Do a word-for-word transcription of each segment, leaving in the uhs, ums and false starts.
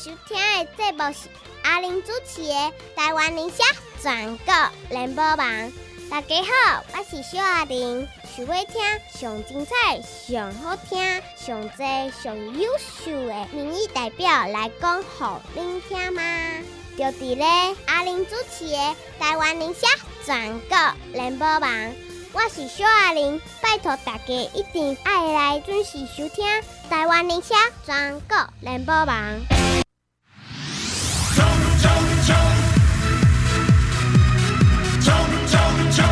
收听的节目是阿玲主持的《台湾理社全国联播网》。大家好，我是小阿玲。想要听上精彩、上好听、上多、上优秀的民意代表来讲给您听吗？就伫咧阿玲主持的《台湾理社全国联播网》。我是小阿玲，拜托大家一定要来准时收听台湾理社全国联播网。冲冲冲！冲冲冲！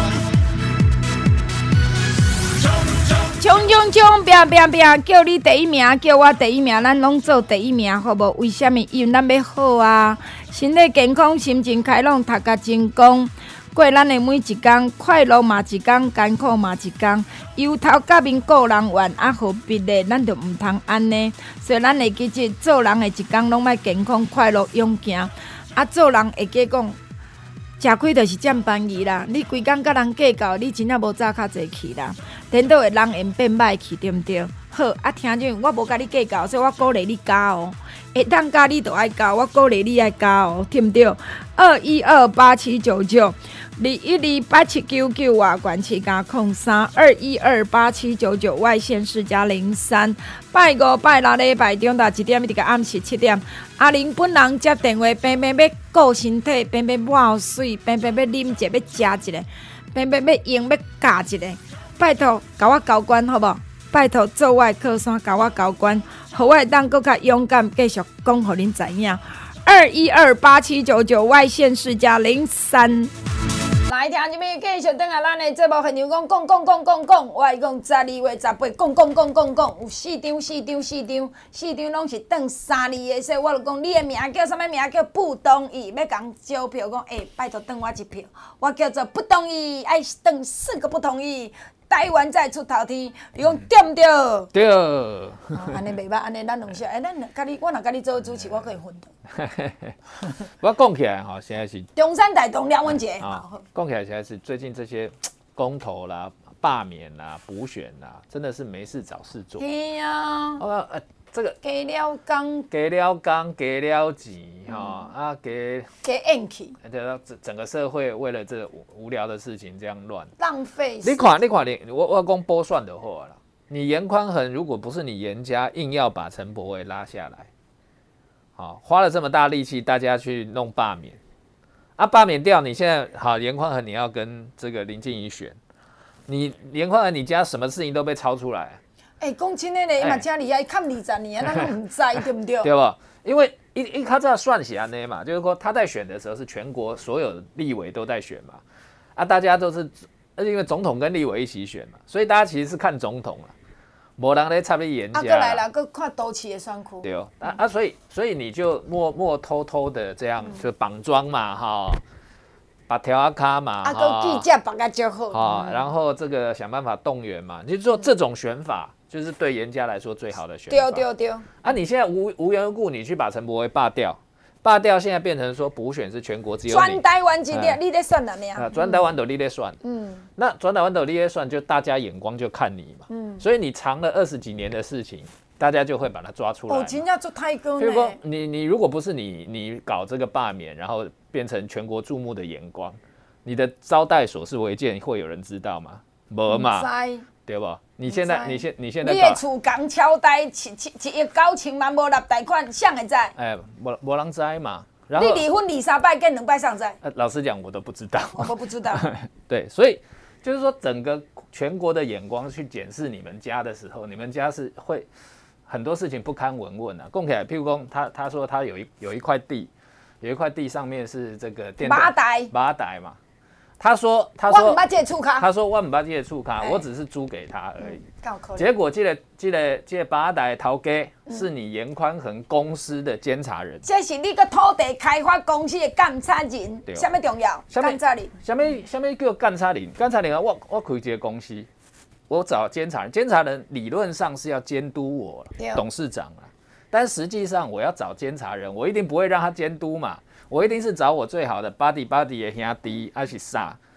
冲冲冲！拼拼拼！叫你第一名，叫我第一名，咱拢做第一名，好无？为什么？因为咱要好啊，身体健康，心情开朗，读甲精光。过咱的每一天，快乐嘛一天，艰苦嘛一天。由头到面个人愿，啊何必呢？咱就唔通安尼。所以咱会记住，做人的一天拢要健康、快乐、勇行。啊，做人会记讲，食亏就是占便宜啦。你规工甲人计较，你真正无早较济去啦。颠倒的人缘变歹去，对毋对？好，啊，听众，我无甲你计较，所以我鼓励你加哦。会当加你就爱加，我鼓励你爱加哦，对毋对？二一二八七九九，二一二八七九九外管七加空三，二一二八七九九外线是加零三。拜五拜六礼拜中到一点，一直到暗时七点。阿玲本人接电话，偏偏要顾身体，偏偏要水，偏偏要啉一个，要食一个，偏偏要用要教一个。拜托，甲我交关好无？拜托，做我的靠山，甲我交关，互我会当更较勇敢，继续讲，互恁知影。二一二八七九九外线是加零三。来，听这边继续等下咱的节目现场讲讲讲讲讲讲，我讲十二月十八讲讲讲讲讲，有四张四张四张四张拢是等三字的，所以我就讲你的名叫啥物名叫不同意，要讲招票讲，哎、欸，拜托等我一票，我叫做不同意，爱等四个不同意。台湾再出头天，你讲对唔对？ 对。 安尼袂歹，安尼咱两小，哎，咱甲你，我若甲你做主持，我可以分到。 我讲起来哈，现在是中山大同廖文杰。 啊，讲起来现在是最近这些公投啦、罢免啦、补选啦，真的是没事找事做。 对呀、啊。 哦，呃，这个加了工， 加了工，加了钱，哈、嗯、啊，加加怨气， 整整个社会为了这无无聊的事情这样乱， 浪费。 你看，你看，你我我讲拨算的话啦，你严宽恒如果不是你严家硬要把陈柏惟拉下来，好，花了这么大力气，大家去弄罢免，啊，罢免掉，你现在好，严宽恒你要跟这个林静怡选，你严宽恒你家什么事情都被抄出来。 哎、欸，讲真的咧，伊嘛真厉害，看二十年，咱都唔知，对不对？ 对吧？因为一一他这样算起来呢嘛，就是说他在选的时候是全国所有立委都在选嘛，啊，大家都是因为总统跟立委一起选嘛，所以大家其实是看总统啦，没人在插你严家。啊， 过来啦，过看都市的选区。 对哦，啊啊，所以所以你就默默偷偷的这样就绑桩嘛，哈。把条啊卡嘛， 啊，个记者绑个就好， 啊，然后这个想办法动员嘛，你就说这种选法就是对严家来说最好的选法。 对对对。 啊，你现在无无缘无故你去把陈柏惟罢掉，罢掉现在变成说补选是全国只有你。 全台湾一点，你在算哪样？ 啊，全台湾都你在算。 嗯。 那全台湾都你在算，就大家眼光就看你嘛。嗯。所以你藏了二十几年的事情，大家就会把它抓出来。 哦，真正做太高呢。 比如说你你如果不是你你搞这个罢免，然后变成全国注目的眼光。你的招待所是违建，会有人知道吗？没嘛，对不？你现在，你现你现在， 你的厝刚敲贷，一一亿九千万无立贷款，谁会知？ 哎，无无人知嘛。然后你离婚二三摆，跟两摆上知？ 呃，老实讲，我都不知道。 我不知道。 对，所以就是说，整个全国的眼光去检视你们家的时候，你们家是会很多事情不堪闻问啊。供起来，譬如说，他他说他有一有一块地，有一块地上面是这个电马台， 马台嘛。他说：“他说， 我唔捌这厝卡。 他说我唔捌这厝卡，我只是租给他而已。 嗯、 结果这个这个这个八代头家是你严宽恒公司的监察人， 这是你个土地开发公司的监察人，什么重要？监察人， 什么什么叫监察人？监察人啊，我我开这个公司，我找监察人，监察人理论上是要监督我董事长啊，但实际上我要找监察人，我一定不会让他监督嘛。”我一定是找我最好的 buddy buddy 的兄弟，还是啥？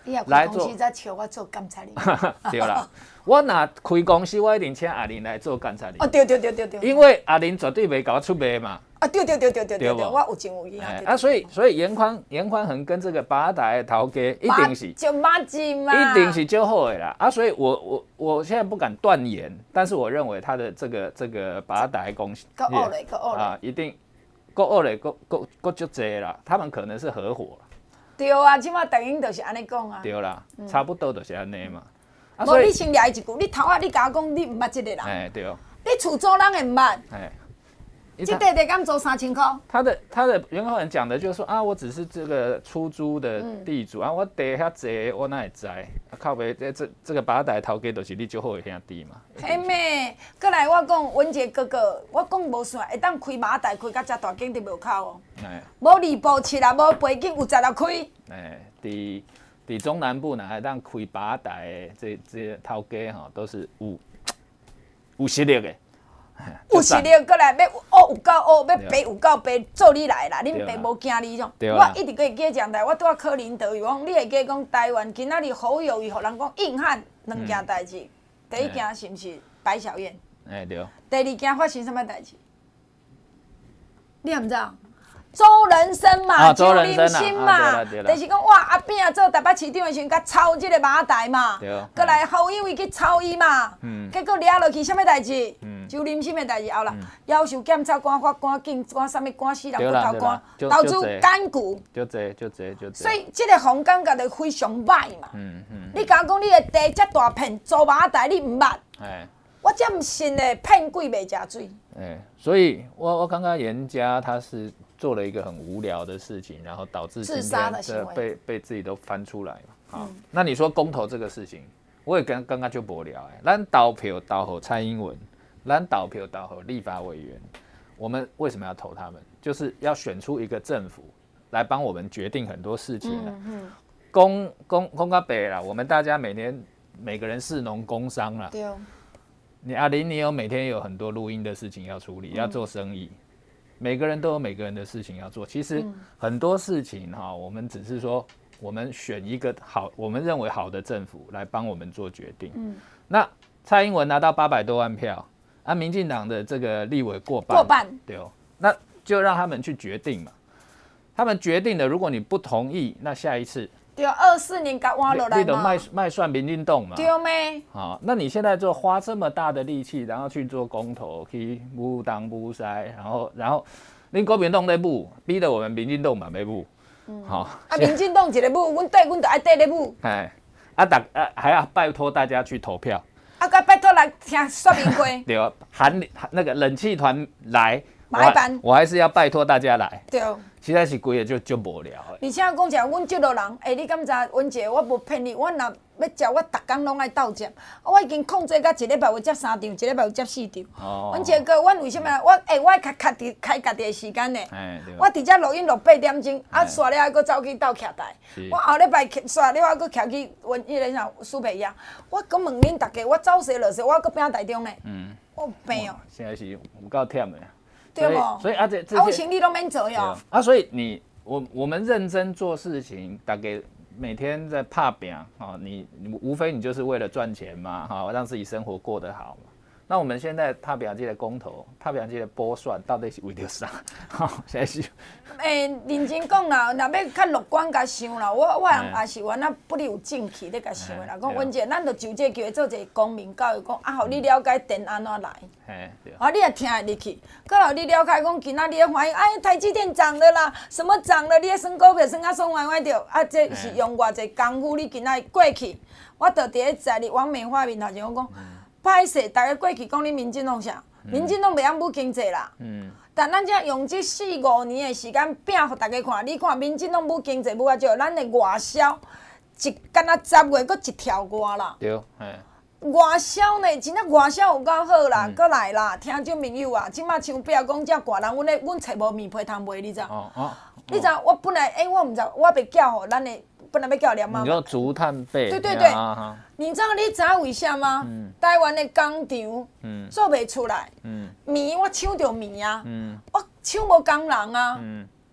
来做。公司再请我做监察人。 对啦，我若开公司，我一定请阿玲来做监察人。 哦，对对对对对。 因为阿玲绝对袂搞我出卖嘛。 啊，对对对对对对对，我有情有义啊。 啊，所以所以严宽严宽恒跟这个八大的头家一定是就马子嘛， 一定是就好的啦。啊，所以我我我现在不敢断言，但是我认为他的这个这个八大的公司， 够恶嘞，够恶嘞啊，一定够恶嘞，够够够足济啦。他们可能是合伙啦。 对啊，即马电影就是安尼讲啊。 对啦，差不多就是安尼嘛。 啊，无你先掠一句，你头仔你甲我讲，你毋捌即个人。 哎，对。 你厝租人会毋捌？哎。这地地敢租三千块？ 他的他的原告人讲的就是说啊，我只是这个出租的地主、嗯、啊，我地遐济，我哪会知？啊，靠北这这这个八大头家就是你最好的兄弟嘛。 嘿妹，过来我讲文杰哥哥，我讲无算，会当开马大开甲遮大间伫庙口哦。哎。无二步七啊，无背景有十六开。哎，伫伫中南部呢，会当开八大的这这头家吼，都是有有实力的。有实力，过来要学有够学，要白有够白，做你来啦！恁白无惊你种。我一直可以记讲台，我拄啊考林德宇讲，你会记讲台湾今仔日侯友谊，互人讲硬汉两件代志。第一件是毋是白小燕？哎对。第二件发生什么代志？你也毋知道？周人生嘛，周林心嘛，就是讲哇阿扁做台北市长的时阵，甲抄即个马台嘛，过来侯友谊去抄伊嘛，结果掠落去什么代志？周林心的代志后啦，要求检察官、法官、警官、什么官死人骨头官，导致干股，就这就这就这。所以即个红感觉就非常歹嘛。嗯嗯。你讲讲你的地遮大片租马台，你毋捌？哎。我真唔信嘞，骗鬼袂食水。哎，所以我我刚刚严家他是。做了一个很无聊的事情，然后导致今天这被被自己都翻出来嘛。好，嗯、那你说公投这个事情，我也跟刚刚就无聊哎，咱投票投给蔡英文，咱投票投给立法委员，我们为什么要投他们？就是要选出一个政府来帮我们决定很多事情了。嗯公公公到北啦，我们大家每天每个人士农工商啦。对哦。你阿玲，你有每天有很多录音的事情要处理，嗯、要做生意。每个人都有每个人的事情要做，其实很多事情哈，我们只是说，我们选一个好，我们认为好的政府来帮我们做决定。嗯，那蔡英文拿到八百多万票，啊，民进党的这个立委过半，过半，对哦，那就让他们去决定嘛。他们决定了，如果你不同意，那下一次。对，二四年甲挖落来嘛，你得卖卖算民进党嘛，对咩？好，那你现在就花这么大的力气，然后去做公投，去武当武塞，然后然后，恁国民党在舞，逼得我们民进党嘛要舞，嗯，好，啊，民进党一个舞，阮对，阮就爱对咧舞，哎，啊，大啊还要拜托大家去投票，啊，该拜托来听说明会，对啊，喊那个冷气团来。马一班，我还是要拜托大家来。对，实在是规个就就无聊的。而且讲一下，阮这路人，哎、欸，你敢知？文姐，我无骗你，我若要食，我逐工拢爱斗食。我已经控制到一礼拜有接三场，一礼拜有接四场。哦。文姐哥，阮为什么？我哎、欸，我开开伫开家己的时间呢？哎，对。我伫遮录音录八点钟，啊，刷了还佫走去斗徛台。我后礼拜刷了还佫徛去文迄个啥苏培亚。我讲问恁大家，我走势落势，我佫拼台中呢。嗯。我有病哦。现在是有够忝的。对不？所以啊，这这些啊，行李都免做哟。啊，所以你我我们认真做事情，大概每天在拍拼啊，你你无非你就是为了赚钱嘛，哈，让自己生活过得好嘛。那我们现在拍拼这个公投，拍拼这个补选，到底是为了啥？哈，现在是。诶、欸，认真讲啦，若要较乐观甲想啦，我我人也是原来不离有正气咧甲想的啦。讲阮姐，咱就就这叫做一个公民教育，讲啊，互你了解电安怎来。嘿，对。啊，你也听会入去，过后你了解讲，今仔日欢迎，哎，台积电涨了啦，什么涨了？你咧算股票算啊爽歪歪着，啊，这是用偌济功夫，你今仔日过去，我就伫咧在你王美花面头前我讲。歹势，大家过去讲你民进党啥？嗯、民进党袂晓补经济啦。嗯。但咱才用这四五年的时间拼，互大家看。你看民进党补经济补啊少，咱的外销一敢若十月搁一条外啦。对，嘿。外销呢，真正外销有够好啦，搁、嗯、来啦，听众朋友啊，即马像比如讲遮外人，阮咧阮找无面皮通卖，你知？哦哦。你知？我本来诶、欸，我毋知，我袂叫互咱的。本来要叫连妈妈，你说竹炭费？对对对，啊、你知道你知道为啥吗？嗯、台湾的工厂、嗯、做袂出来，嗯、棉我抢着棉啊，嗯、我抢无工人啊，嗯、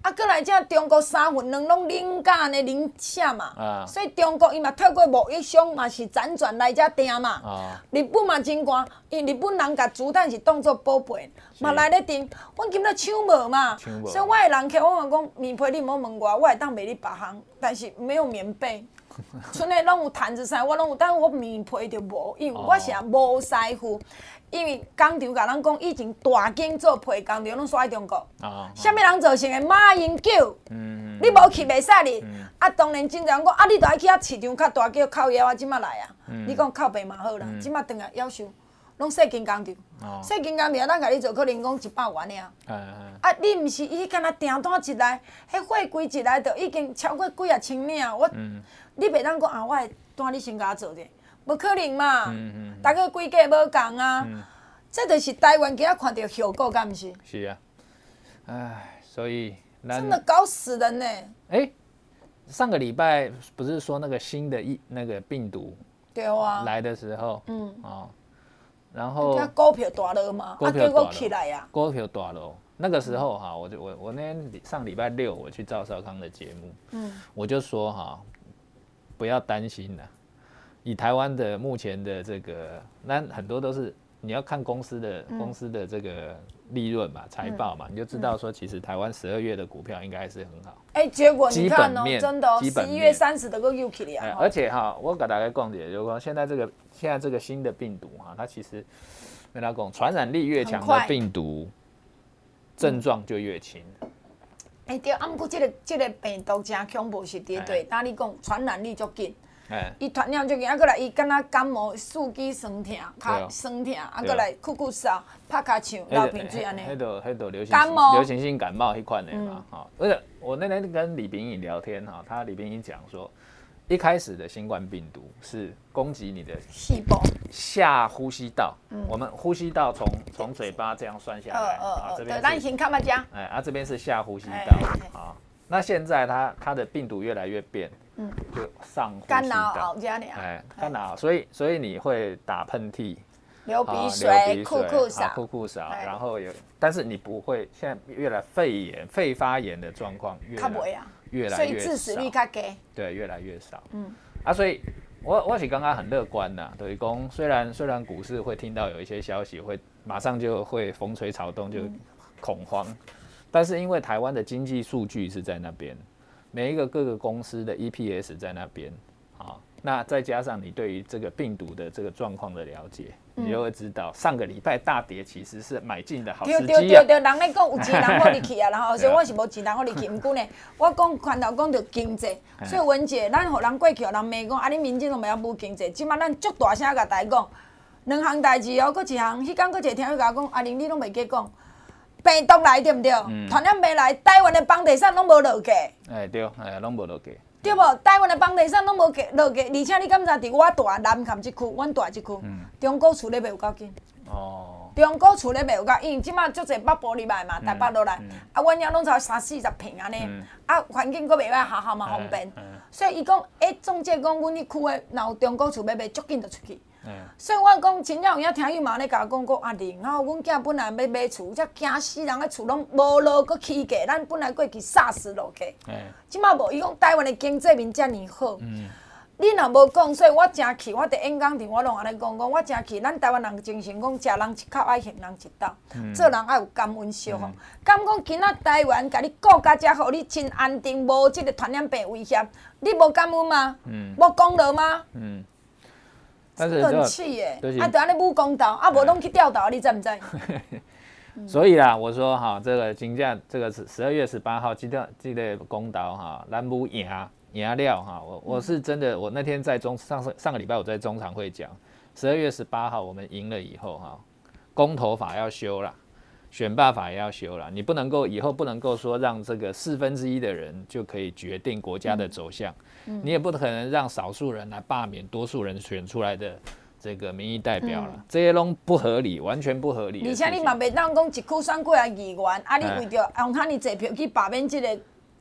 啊，过来这中国三分两拢零干的零下嘛， 啊所以中国伊嘛透过贸易商嘛是辗转来遮订嘛。 啊， 日本嘛真寒，因为日本人甲猪蛋是当做宝贝，嘛来咧订。阮今仔抢无嘛， 抢无所以我的人客我嘛讲棉被你莫问我，我会当卖你别行，但是没有棉被。剩的拢有毯子衫，我拢有，但我棉被就无，因为我是无师傅。因为工厂甲咱讲，以前大间做被工厂拢煞喺中国。 啊， 啥物人造成的马英九？ 嗯， 你无去袂使哩。啊，当然真侪人讲，啊，你著爱去遐市场较大叫靠腰啊，即马来啊。你讲靠北嘛好啦，即马转来夭寿，拢细间工厂。细间工厂咱甲你做可能讲一百元尔。啊，你毋是伊敢若订单一来，迄货柜一来，就已经超过几啊千领。我，你袂当讲啊，我会单你先甲我做者。无可能嘛，嗯嗯、大家规价无共啊，嗯、这就是台湾今仔看到效果，敢毋是？ 是啊，唉，所以真的搞死人呢、欸。 哎、欸，上个礼拜不是说那个新的疫那个病毒对啊来的时候，嗯哦，然后股票大落嘛，啊结果起来呀， 股票大落。那个时候哈，我就我我那天上礼拜六我去赵少康的节目，嗯，我就说哈，不要担心了。以台湾的目前的这个，那很多都是你要看公司的、嗯、公司的这个利润嘛、财报嘛，嗯、你就知道说，其实台湾十二月的股票应该还是很好。 哎、欸，结果你看哦，真的、哦，十一月三十的个又起来、 欸、而且哈，我给大家讲解，就是说现在这个现在这个新的病毒哈，它其实跟他讲，传染力越强的病毒，症状就越轻。 哎、欸、对，啊，不过这个这个病毒真恐怖是对对，当、欸、你讲传染力足紧。伊传染就紧，啊，过来伊敢若感冒，四肢酸痛，脚酸痛，啊，过来酷酷嗽，拍卡唱，流鼻水安尼。 迄度迄度流行性流行性感冒迄款的嘛，哈、嗯。而且我那天跟李秉颖聊天哈，他李秉颖讲说，一开始的新冠病毒是攻击你的细胞下呼吸道，嗯、我们呼吸道从从嘴巴这样算下来，啊、 呃，这边咱先看嘛讲， 哎，啊这边是下呼吸道，啊，那现在它它的病毒越来越变。嗯，就上呼吸道， 干扰这里， 哎，干扰，所以所以你会打喷嚏、 流鼻水、酷酷嗽、酷酷嗽，然后有，但是你不会，现在越来肺炎、肺发炎的状况越来越来越少，所以致死率较低， 对，越来越少。嗯，啊，所以我我是刚刚很乐观呐，等于讲虽然虽然股市会听到有一些消息会马上就会风吹草动就恐慌，但是因为台湾的经济数据是在那边。每一个各个公司的 E P S 在那边，啊，那再加上你对于这个病毒的这个状况的了解，嗯、你就会知道上个礼拜大跌其实是买进的好时机、啊。 对对对，人咧讲有钱人好入去啊，然后所以我是无钱人好入去。毋过呢，我讲看头讲到经济，所以文姐，咱互人过去，互人骂讲啊，你民进都袂晓补经济，即摆咱足大声甲大家讲，两项代志哦，佫一项，迄天佫一个听伊甲我讲，阿玲你拢袂记讲。病毒来对不对？传染病来，台湾的房地产拢无落价。 哎对，哎拢无落价。 对无？台湾的房地产拢无落价，而且你敢知？伫我大南崁这区，阮大这区，嗯、中古厝咧卖有够紧。哦。中古厝咧卖有够，因为即马足侪北部入来嘛，台北落来，嗯嗯、啊，阮遐拢才三四十平安尼，嗯、啊，环境佫袂歹，学校嘛方便，嗯嗯、所以伊讲，哎，中介讲，阮迄区的若有中古厝要卖，足紧就出去。嗯、所以我讲，真正有影听伊嘛咧甲我讲讲阿玲，然后阮囝本来要买厝，才惊死人个厝拢无落佫起价，咱本来过去煞死落价。即马无，伊讲台湾的经济面遮尔好，嗯、你若无讲，所以我真气，我伫演讲场我拢安尼讲讲，我真气，咱台湾人精神讲，食人一口爱行人一道，嗯、做人爱有感恩惜福。敢讲今仔台湾甲你顾甲遮好，你真安定，无即个传染病威胁，你无感恩吗？无功劳吗？嗯但是很气耶！就是、啊，就安尼武公道，啊，无拢去钓岛，你知唔知？ 所以啦，我说哈，这个金价，这个是十二月十八号，这个这个公道哈，咱武赢赢了哈。我我是真的，我那天在中上上个礼拜我在中常会讲，十二月十八号我们赢了以后哈，公投法要修啦，选罢法也要修啦，你不能够以后不能够说让这个四分之一的人就可以决定国家的走向。嗯嗯、你也不可能让少数人来罢免多数人选出来的这个民意代表了，嗯、这些拢不合理，完全不合理。 而且你嘛袂当讲一区选过来议员，啊，你为着用遐尼济票去罢免这个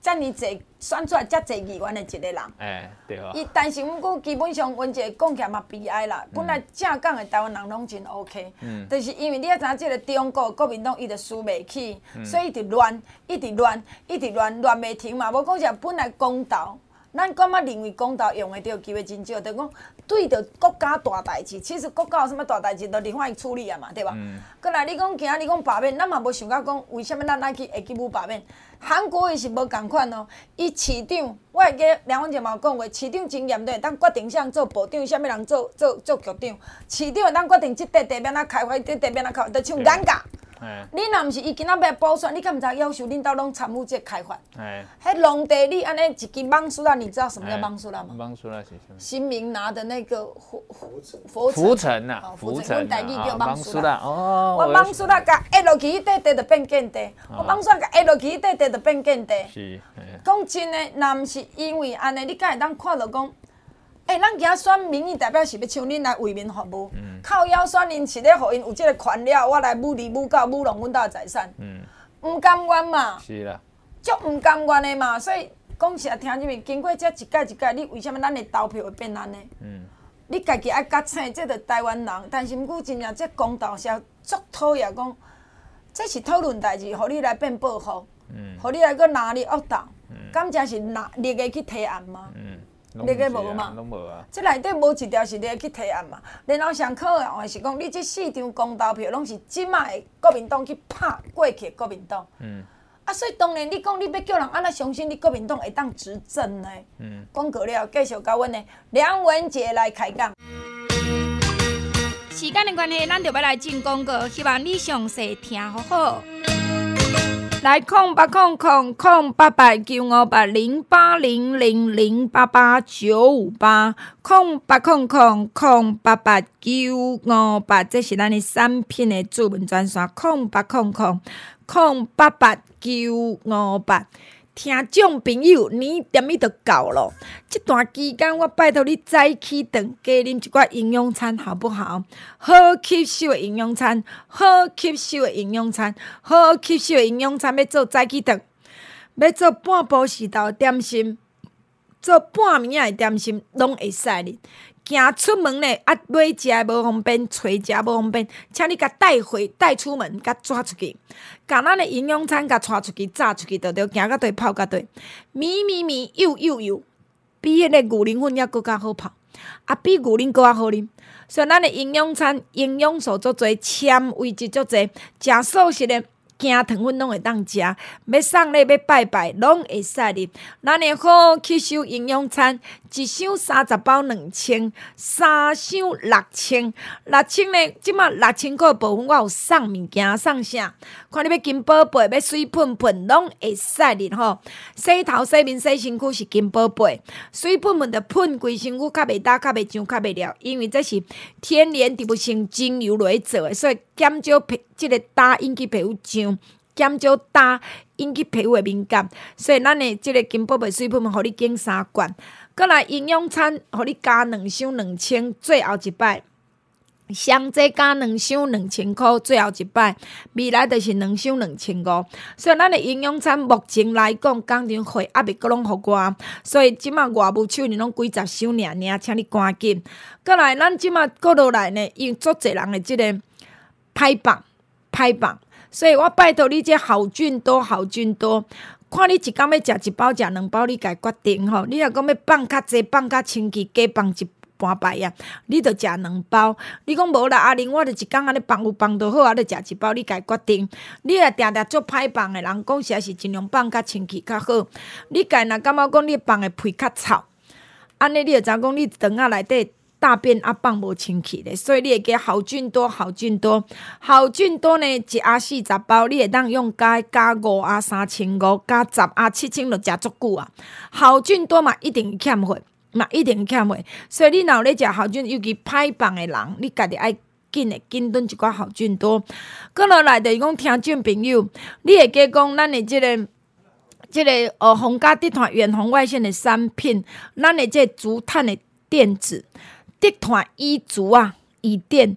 遮尔济选出来遮济议员的一个人。 哎，对啊。 伊但是毋过基本上，阮一个讲起来嘛悲哀啦。本来正港的台湾人拢真 OK，嗯，就是因为你也知影，即个中国国民党伊就输袂起，嗯、所以一直乱，一直乱，一直乱，乱袂停嘛。无讲啥，本来公道。咱感觉认为公道用的着机会真少，就讲对着国家大代志，其实国家有啥物大代志，就另外处理啊嘛，对吧？嗯。过来你讲今仔你讲罢免，咱嘛无想到讲为虾米咱来去会去舞罢免？韩国伊是无共款哦，伊市长，我会记梁文杰嘛有讲过，市长经验对，当决定啥人做部长，啥物人做做做局长，市长会当决定即块地免啊开发，即块地免啊开发，就像眼价。你若毋是伊今仔要补选，你敢毋知要求恁兜拢参与这开发？迄农地你安尼一支芒树啊，你知道什么叫芒树啊吗？ 芒树啊是什么？ 新民拿的那个佛佛佛尘呐， 佛尘，阮台语叫芒树啦。哦， 我芒树啦，甲压落去，迄块地就变建地；我芒树啦，甲压落去，迄块地就变建地。 是。 讲真诶，若毋是因为安尼，你敢会当看到讲？诶、欸，咱今选民意代表是要像恁来为民服务，嗯、靠腰选人是咧，互因有即个权了，我来舞里舞到舞弄阮兜的财产，毋、嗯、甘愿嘛？ 是啦， 足毋甘愿的嘛。所以讲实听入面，经过这一届一届，你为什么咱的投票会变安尼？嗯、你家己爱觉醒，这着台湾人，但是毋过真正这公道是足讨厌讲，这是讨论代志，互你来变报复，嗯，互你来搁拿你恶斗，嗯、敢真是拿立个去提案吗？嗯你个无嘛？ 拢无啊！ 即内底无一条是你去提案嘛。然后上可恶的是讲，你即四张公投票拢是即卖的国民党去拍过去的国民党。嗯。啊，所以当然你讲你要叫人安那相信你国民党会当执政呢？嗯。广告了，继续甲阮的梁文杰来开讲。 时间的关系，咱就要来进广告，希望你详细听好好。 来空八空空空八八九五八零八零零零八八九五八空八空空空八八九五八，这是咱的产品的主文专线空八空空空八八九五八。听众朋友，你点咪就够了。这段期间，我拜托你早起顿加啉一寡营养餐，好不好？好吸收的营养餐，好吸收的营养餐，好吸收的营养餐，要做早起顿，要做半晡时豆点心，做半暝仔的点心，拢会使哩。行出门咧，啊买食无方便，找食无方便，请你甲带回带出门，甲抓出去，甲咱的营养餐甲带出去，炸出去，就着行到对泡到对，咪咪咪幼幼幼，比迄个牛奶粉还佫较好泡，啊比牛奶佫较好啉。所以咱的营养餐营养素足侪，纤维质足侪，食素食的。姜糖粉拢会当食，要送礼要拜拜拢会使哩。咱的好吸收营养餐，一箱三十包两千，三箱六千，六千呢，即马六千个部分我有送物件，送啥？看你要金宝贝，要水喷喷，拢会使哩吼。洗头、洗面、洗身躯是金宝贝，水喷喷的喷规身躯，较袂打，较袂上，较袂了，因为这是天然植物性精油来做的，所以减少皮即个打引起皮肤痒，减少打引起皮肤的敏感，所以咱的即个金宝贝水喷喷，互你拣三罐。过来营养餐，互你加两箱两千，最后一摆。上济加两箱两千块，最后一摆，未来就是两箱两千五。所以咱的营养餐目前来讲，工厂会还袂阁拢互我，所以即马外务手里拢几十箱尔尔，请你赶紧。过来，咱即马过落来呢，因足侪人的即个歹棒歹棒，所以我拜托你，这好菌多好菌多。看你一工要食一包，食两包，你家决定吼。你若讲要放较济，放较清气，加放一半摆啊，你着食两包。你讲无啦，阿玲，我着一工安尼放有放就好啊，着食一包，你家决定。你若定定做歹放的人，讲实在是尽量放较清气较好。你家若感觉讲你放的屁较臭，安尼你着知影讲你肠仔内底大便啊放无清气咧，所以你会加好菌多好菌多好菌多呢，一盒四十包，你会当用加加五盒三千五，加十盒七千，就食足久啊。好菌多嘛，一定欠货。嘛一定欠货，所以你若有咧食好菌，尤其歹放的人，你家己爱紧的紧囤一寡好菌多。过落来就是讲听众朋友，你会记讲咱的即、这个、即、这个呃红家地团远红外线的产品，咱的这竹炭的垫子，地团衣竹啊，椅垫。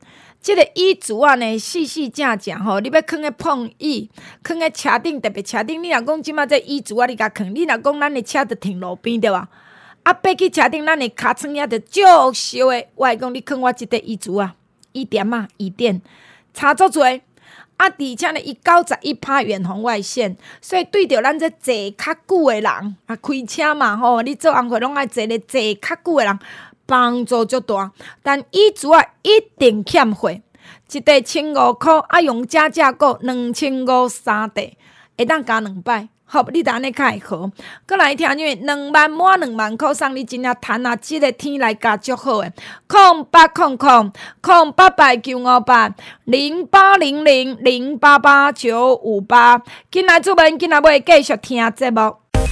即、这个椅子啊呢，细细正正吼，你要放个碰椅，放个车顶，特别车顶。你若讲即马这椅子啊，你甲放，你若讲咱的车就停路边对吧？啊，爬去车顶，咱的尻川也着足烧的。我来讲，你放我即块椅子啊，椅垫啊，椅垫，差足侪。啊，而且呢，伊九十一趴远红外线，所以对着咱这坐较久的人，啊，开车嘛吼，你做工课拢爱坐咧坐较久的人，帮助足大。但椅子啊，一定欠货，一块千五箍，啊，用加价购两千五三块，会当加两摆。好，你等安尼较会好。搁来听因为两万满两万箍送你真正趁啊！即个天来加足好诶，空八空空空八八九五八零八零零零八八九五八，进来出门，进来要继续听节目。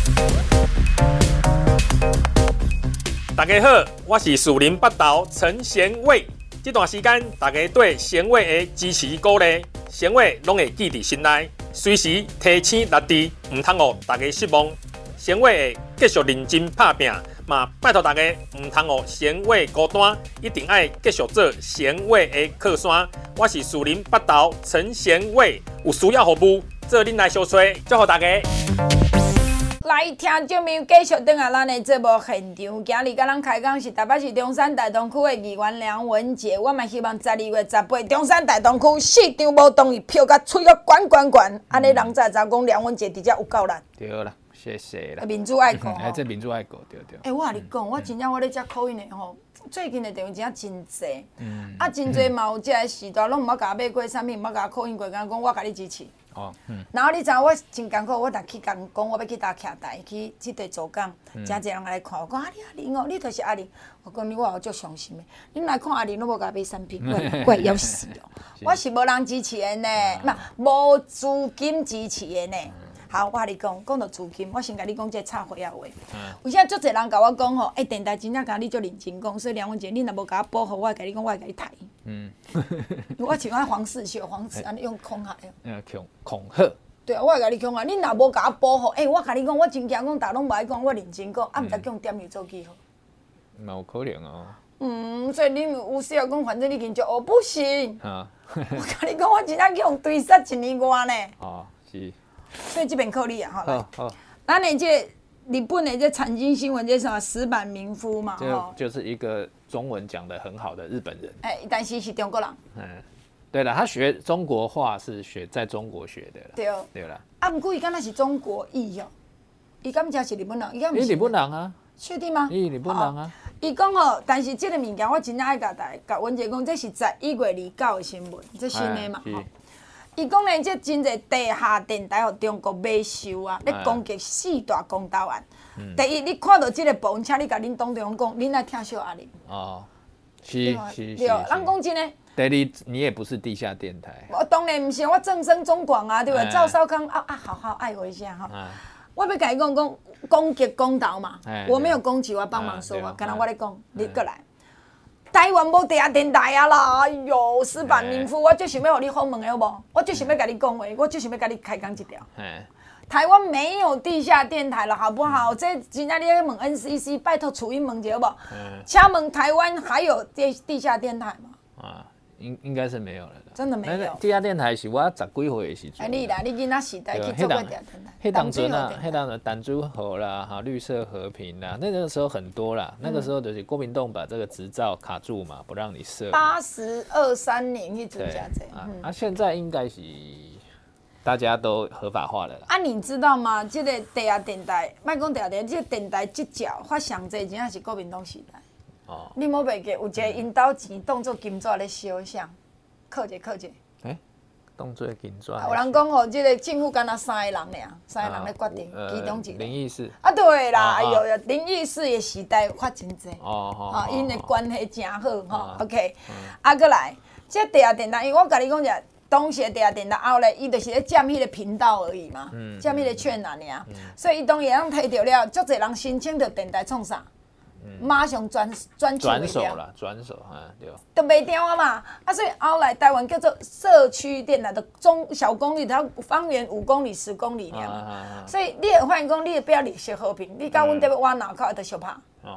大家好，我是树林北投陈贤伟。这段时间，大家对贤伟的支持鼓励，贤伟拢会记伫心内。随时提醒力治，唔通互大家失望。贤伟会继续认真拍拼，嘛拜托大家唔通互贤伟孤单，一定爱继续做贤伟的靠山。我是树林北投陈贤伟，有需要服务，做恁来相找，祝福大家。 来，听众朋友继续登来咱的节目现场。今日甲咱开讲是台北市中山大同区的议员梁文杰。我嘛希望十二月十八，中山大同区市长无同意，票甲吹到悬悬悬，安尼人才知讲梁文杰伫遮有够力。 对啦，谢谢啦。 民主爱国哎，这民主爱国，对对。 哎、欸，我甲你讲，我真正我咧遮考因的吼，最近的电话真真济，嗯、啊，真济嘛有遮个时段，拢毋捌甲我买过啥物，毋捌甲我考因过，讲我甲你支持。 哦，嗯。 然后你知影我真艰苦，我逐去甲讲，我要去搭徛台去即地做工，真侪人来看我，讲啊你阿玲哦，你就是阿玲。我讲你我有足伤心的，恁来看阿玲拢无甲买产品，我我要死哦！我是无人支持的呢，嘛无资金支持的呢。好，我甲你讲，讲到资金，我先甲你讲这插话啊话。为啥足侪人甲我讲吼？哎、欸，电台真正甲你足认真讲，所以梁文杰，你若无甲我保护，我甲你讲，我会甲你抬。嗯。我像我黄世秀、黄世安尼用恐吓的。 呃，恐恐吓。对啊，我会甲你讲啊，你若无甲我保护，哎、欸，我甲你讲，我真惊讲，大拢无爱讲，我认真讲，啊，毋知叫点样做记号。 嘛有可能哦。 嗯，所以你有需要讲，反正你已经做，哦，不行。啊。我甲你讲，我真正去用对杀一年外呢。哦，是。所以这边靠你啊，吼，来，好，咱的这日本的这产经新闻这什么石坂民夫嘛， 吼，就是一个中文讲得很好的日本人。 哎、欸，但是是中国人。嗯， 对了，他学中国话是学在中国学的啦。 对。对啦。啊，不过伊敢若是中国裔哦，伊敢才是日本人，伊敢不是？ 伊日本人啊。 确定吗？ 伊日本人啊。 伊讲吼，但是这个物件我真正爱甲大甲文杰讲，这是十一月二十九的新闻，这新的嘛吼。伊讲咧，这真侪地下电台，互中国买收啊，咧攻击四大公投案。嗯、第一，你看到这个部分，请你甲恁党中央讲，恁来听小阿玲。哦， 是是是。对， 咱讲真诶。 第二，你也不是地下电台。 我当然毋是，我正声中广啊，对不对？赵少康啊啊，好好爱我一下哈。我要甲伊讲讲攻击公投嘛，我没有攻击，我帮忙说话，敢若我咧讲，你过来。台湾无地下电台啊啦！哎呦，石坂民夫，我最想要互你访问的好无？我最想要甲你讲话，我最想要甲你开讲一条。台湾没有地下电台了，好不好？嗯、这真正你要问 N C C， 拜托楚英问一下好不好？请问台湾还有地地下电台吗？啊， 应应该是没有了。 真的没有。 地下电台是我十几岁的时阵。 哎，你啦，你囡仔时代去做过地下电台。 黑当阵啊，黑当的弹珠河啦，哈，绿色和平啦，那个时候很多啦。那个时候就是国民党把这个执照卡住嘛，不让你设。 八十二三年一直加这。 啊，啊，现在应该是大家都合法化了啦。 啊，你知道吗？这个地下电台，莫讲地下电台，这个电台这脚发上济，真正是国民党时代。哦。你莫袂记，有一个因兜钱当做金纸咧烧啥？靠一靠一。 哎。当做金纸。 有人讲吼，这个政府敢若三个人尔，三个人咧决定，其中一个。 林义士。 啊，对啦，哎呦，林义士的时代发真济。哦哦。啊，因的关系真好吼 ，OK。啊，过来，这地下电台，因为我甲你讲者，当时地下电台后来，伊就是咧占迄个频道而已嘛，占迄个券啊尔。所以伊当然通摕到了，足侪人申请到电台创啥？马上转转转手啦，转手啊，对。 都袂掉啊嘛，啊，所以后来台湾叫做社区电台的中小公里，它方圆五公里、十公里尔嘛。所以你会发现讲，你不要立息和平，你甲阮这边挖脑壳就相拍。哦。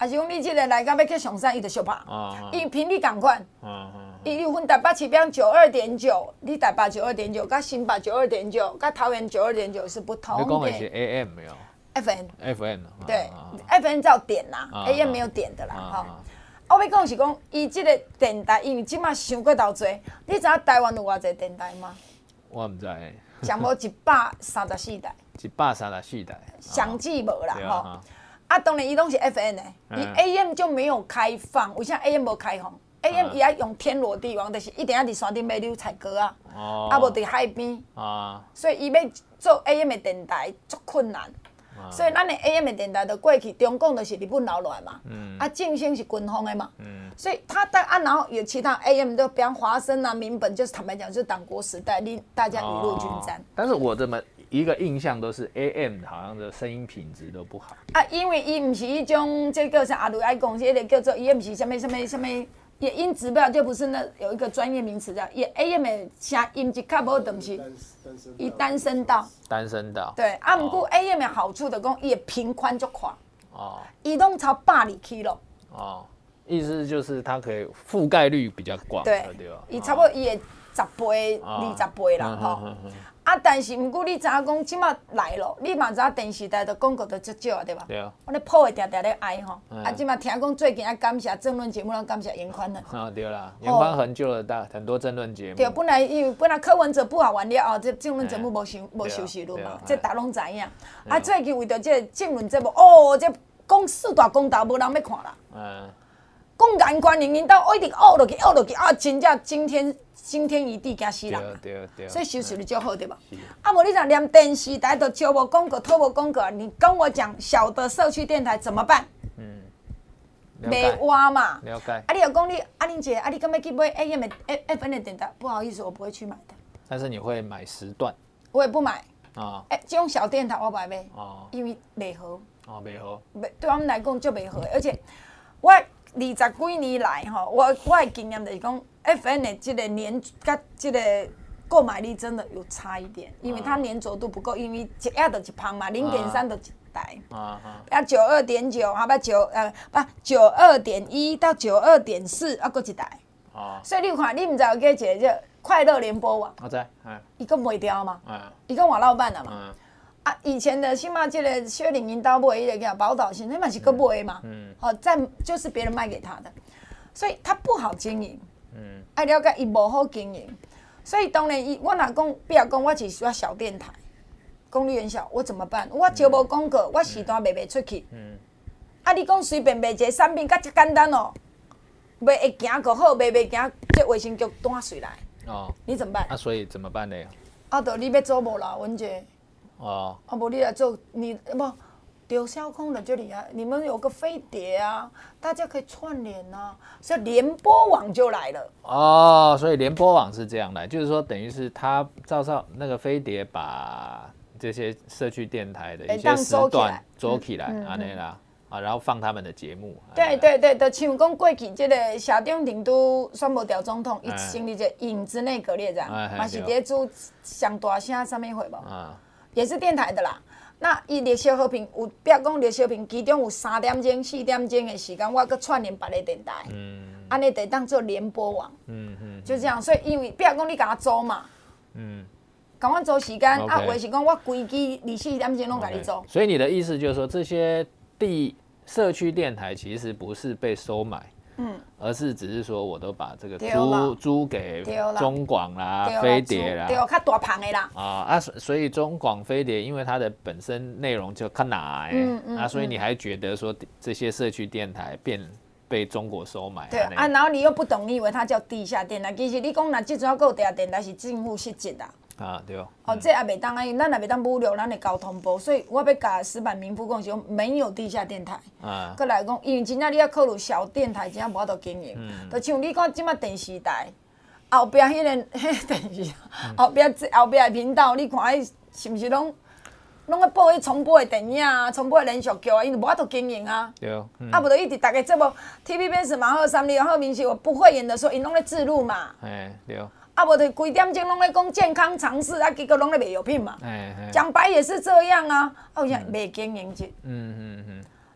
啊是讲你即个来到要去上山，伊就小拍，伊频率共款。伊有分台北市标九二点九，你台北九二点九，甲新北九二点九，甲桃园九二点九是不同的。 你讲的是 A M 没有 ？F M。 F M。 对 ，F M 照点啦 ，A M 没有点的啦，哈。我要讲是讲，伊即个电台，因为即马伤过头侪，你知影台湾有偌济电台吗？ 我毋知。 上无一百三十四台。 一百三十四台。 详细无啦，吼。啊，当然伊拢是 F M 的，伊 A M 就没有开放，为啥 A M 无开放 ？A M 伊爱用天罗地网，就是一定要伫山顶买溜采果啊，啊无伫海边，所以伊要做 A M 的电台足困难。所以咱的 A M 的电台就过去，中共就是日本留落来嘛，啊正兴是军方的嘛，所以他但啊然后有其他 A M 都比方华生啊、民本，就是坦白讲就是党国时代，令大家雨露均沾。 但是我这么一个印象都是 A M 好像的声音品质都不好啊，因为伊唔是一种这个像阿鲁爱讲，这个叫做伊唔是什么什么什么，也音质表就不是那有一个专业名词叫也 A M 的声音一较无东西，伊单声道。 单声道。 对，啊，不过 A M 的好处就讲伊的频宽足宽，哦，伊拢超百二 kilo。哦， 意思就是它可以覆盖率比较广， 对，对吧？伊差不多伊的十倍、二十倍啦，吼。啊，但是毋过你知影讲，即马来咯，你嘛知影电视台的广告都足少啊，对吧？ 对啊。 我咧铺的定定咧哀吼，啊，即马听讲最近啊感谢政论节目，咱感谢严宽了。 啊，对啦，严宽很久了，大很多政论节目。 对，本来因为本来柯文哲不好玩了后，这政论节目无收无收视率嘛，这大家拢知影。啊，最近为着这政论节目，哦，这讲四大公投无人要看啦。嗯。讲严宽零零到一直恶落去，恶落去啊！真正惊天惊天一地，惊死人啊！ 对对。 所以收视率就好，对吧？啊，无你讲连电视台都招无广告，透无广告，你跟我讲小的社区电台怎么办？嗯，没挖嘛。 了解。 啊，你有讲你啊，玲姐啊，你敢要去买 A M 的 F M 的电台？不好意思，我不会去买的。 但是你会买时段？ 我也不买。啊。哎，这种小电台我不爱买。哦。因为袂好。 哦，袂好。 袂对我们来讲就袂好，而且我。二十几年来吼，我我的经验就是讲 ，F M 的这个年甲这个购买力真的有差一点，因为它粘着度不够，因为一下就一旁嘛，零点三就一台，啊啊，九二点九，好吧，九呃不九二点一到九二点四，啊，搁一台，哦，所以你有看，你唔知有几个叫快乐联播网， 我知，嗯， 伊搁卖掉嘛，嗯，伊搁换老板了嘛。嗯啊，以前的起码这个薛岭银刀买一个叫宝岛新，那嘛是个买嘛，嗯，哦，在就是别人卖给他的，所以他不好经营，嗯，爱了解伊无好经营，所以当然伊我若讲，比如讲我是需要小电台，公立院校，我怎么办？我招无广告，我时段卖袂出去，嗯，啊，你讲随便卖一个产品，甲遮简单哦，卖会行个好，卖袂行，这卫生局单水来，哦，你怎么办？ 啊，所以怎么办呢？ 啊，就你要做无啦，文姐。哦，啊，无你来做，你不丢销空的就厉害。你们有个飞碟啊，大家可以串联啊，所以联播网就来了。 哦，所以联播网是这样来，就是说等于是他照照那个飞碟把这些社区电台的一些时段做起来，安尼啦，啊，然后放他们的节目。 对对对，就像讲过去这个社长庭都宣布调总统，伊成立一个影子内阁列长，嘛是伫做上大声什么会无？也是电台的啦，那伊热销和平有，比如讲热销平，其中有三点钟、四点钟的时间，我搁串联别个电台，嗯，安尼得当做联播网，嗯嗯，就这样。所以因为比如讲你甲我租嘛，嗯，甲我租时间啊，或是讲我规支二四点钟拢甲你租。 所以你的意思就是说，这些地社区电台其实不是被收买。嗯，而是只是说，我都把这个租租给中广啦、飞碟啦， 对，较大棚的啦。 啊啊，所以中广、飞碟，因为它的本身内容就较难，嗯嗯，啊，所以你还觉得说这些社区电台变被中国收买？ 对啊，然后你又不懂，你以为它叫地下电台，其实你讲那这阵还有地下电台是政府设置的。 啊，对哦。 哦，这也袂当安尼，咱也袂当侮辱咱的交通部，所以我要甲石板民夫讲是讲没有地下电台。啊。搁来讲，因为真正你要考虑小电台，真正无法度经营。嗯。就像你讲即马电视台后壁迄个迄电视，后壁后壁的频道，你看迄是毋是拢拢咧播迄重播的电影啊，重播的连续剧啊，因为无法度经营啊。 对哦。 啊，无就一直大家这部 T V B S 马赫三立赫明熙，我不会演的时候，因拢咧置入嘛。 哎，对哦。 啊，无就规点钟拢咧讲健康常识，啊，结果拢咧卖药品嘛。讲白也是这样啊，好像袂经营者。嗯嗯嗯。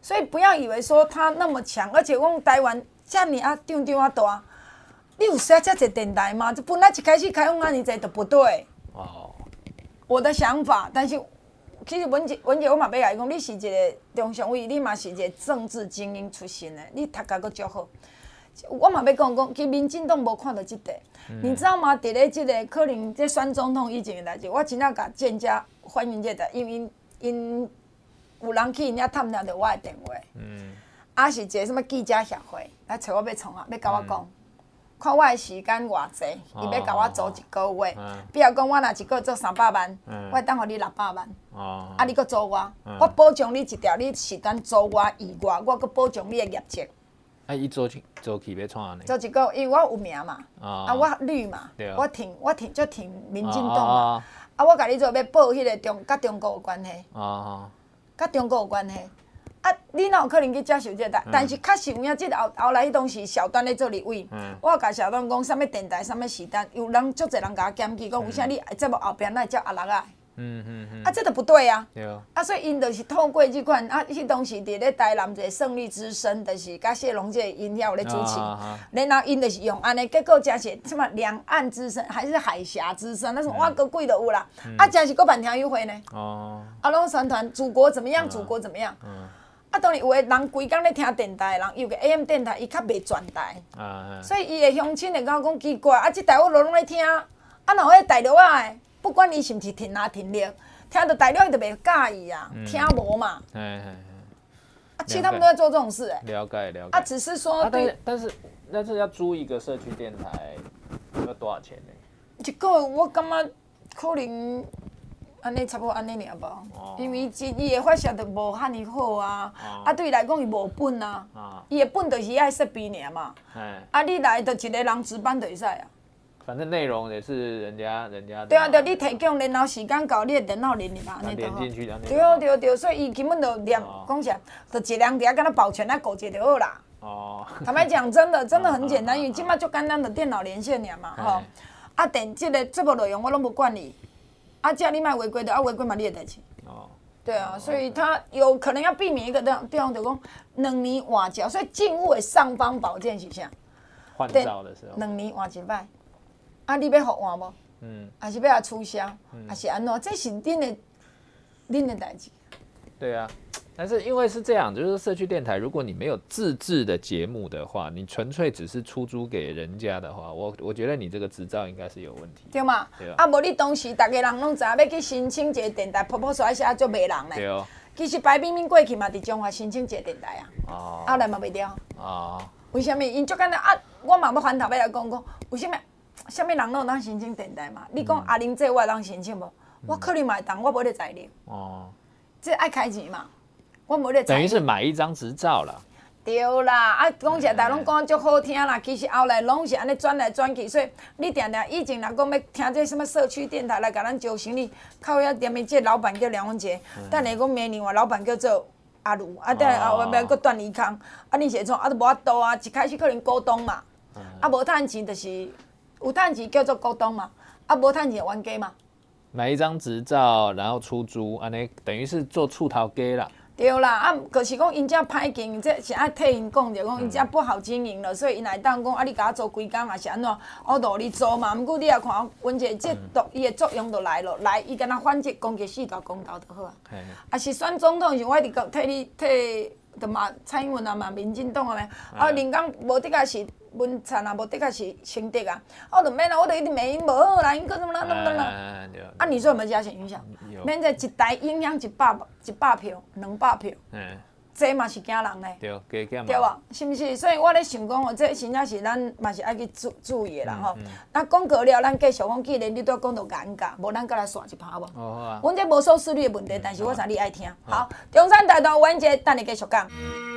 所以不要以为说他那么强，而且我们台湾这么啊场场啊大，你有需要这些电台吗？这本来一开始开放安尼济就不对。哦，我的想法，但是其实文姐文姐我嘛要甲伊讲，你是一个中常委，你嘛是一个政治精英出身的，你读甲阁足好。我嘛要讲讲，其实民进党无看到这点，嗯、你知道吗？伫咧这个可能这选总统以前的代志，我真正甲建家反映这个，因为因有人去因遐探听到我的电话，嗯，啊是一个什么记者协会来找我要创啊，要甲我讲，嗯、看我的时间偌济，伊、哦、要甲我做一个月，嗯、比如讲我若一个月做三百万，嗯、我当互你六百万，哦、啊你阁做我，嗯、我保障你一条，你时间做我以外，我阁保障你的业绩。 啊，伊做起做起要创安尼？ 做一个，因为我有名嘛，哦、啊，我绿嘛，我挺我挺就挺民进党嘛，哦、啊，我甲你做要报迄个中甲中国有关系，哦，甲中国有关系，啊，你哪有可能去接受这个？嗯、但是确实有影，即后后来迄当时小段咧做立委，嗯、我甲小段讲，啥物电台，啥物时段，有人足侪人甲我检举，讲为啥你节目后边来叫阿六啊？嗯嗯嗯，啊，这都不对啊！对啊，所以因就是透过这款啊，迄当时伫咧台南一个胜利之声，就是甲谢龙这因遐有咧主持，然后因就是用安尼，结果真是什么两岸之声还是海峡之声，那什么哇个贵都有啦，啊，真是搁办听友会呢。哦，啊，拢宣传祖国怎么样，祖国怎么样。嗯。啊，当然有个人规工咧听电台的人，有个 A M 电台，伊较袂转台。啊。所以伊的乡亲会甲我讲奇怪，啊，即台我拢咧听，啊，若有迄台落啊。不管你是毋是听哪听力，听到大陆伊就袂介意啊，嗯、听无嘛。哎哎啊，其实他们都在做这种事哎、欸。了解了解。啊，只是说，啊、 但是但是但是要租一个社区电台要多少钱呢？ 一个我感觉可能安尼差不多安尼尔吧，哦、因为伊伊的发射就无遐尼好啊，哦、啊对伊来讲伊无本啊，伊、哦、的本就是爱设备尔嘛。哎。啊，你来就一个人值班就会使啊。 反正内容也是人家人家的。 对啊，对，你提供，然后时间到，你的电脑连入嘛，安尼就好。连进去，安尼。 对对对，所以伊根本就连讲起来，就一两条，敢若保全来顾者就好啦。哦。坦白讲，真的真的很简单，因为即摆就简单的电脑连线尔嘛，吼。啊，电即个节目内容我拢无管你，啊，只要你莫违规的，啊违规嘛你的代志。哦。对啊，所以他有可能要避免一个地地方，就讲两年换照，所以进屋的尚方宝剑是啥？ 换照的时候。 两年换一摆。啊，你要互换无？嗯，还是要来促销，还是安怎？这是恁的恁的代志。 对啊，但是因为是这样，就是社区电台，如果你没有自制的节目的话，你纯粹只是出租给人家的话，我我觉得你这个执照应该是有问题。 对嘛？对啊。啊，无你当时大家人拢知影要去申请一个电台，噗噗出来写足迷人咧。对哦。其实白冰冰过去嘛，伫中华申请一个电台啊。哦。后来嘛袂了。哦。为什么？因足简单啊！我嘛要翻头要来讲讲，为什么？啥物人拢有当申请电台嘛？你讲阿玲这我会当申请无？嗯、我可能嘛会当，我无咧材料。哦，这爱开钱嘛，我无咧材料。 等于是买一张执照啦。 对啦，啊，讲起来大家拢讲足好听啦，其实后来拢是安尼转来转去，所以你定定以前若讲要听这什么社区电台来甲咱招生，你靠遐店面这老板叫梁文杰，等下讲明年我老板叫做阿如，啊，等下后尾要搁段尼康，啊，你是创啊都无法度啊，一开始可能股东嘛，啊，无趁钱就是。有趁钱叫做股东嘛，啊无趁钱冤家嘛。 买一张执照，然后出租，安尼等于是做厝头家啦。 对啦，啊，可是讲因遮歹经营，这是爱替因讲着，讲因遮不好经营了，所以因来当讲啊，你甲我做规工也是安怎，我助你做嘛。毋过你也看，阮这这作伊的作用就来了，来伊敢若反击攻击四大公道就好啊。啊是选总统时，我一直替你替，就嘛蔡英文啊嘛，民进党啊嘛，啊林刚无的确是。文灿啊，无的确是清德啊，我就免啦，我就一直骂因无好啦，因个怎么啦，怎么啦？啊，你说有没有加减影响？免在一台影响一百一百票、两百票，这嘛是惊人嘞。 对，加减嘛。 对吧？是不是？所以我咧想讲哦，这真正是咱嘛是爱去注注意的啦吼。那讲过了，咱继续讲，既然你都讲到尴尬，无咱再来刷一趴无？哦好啊。阮这无收视率的问题，但是我知你爱听。好，中山大道完结，等你继续讲。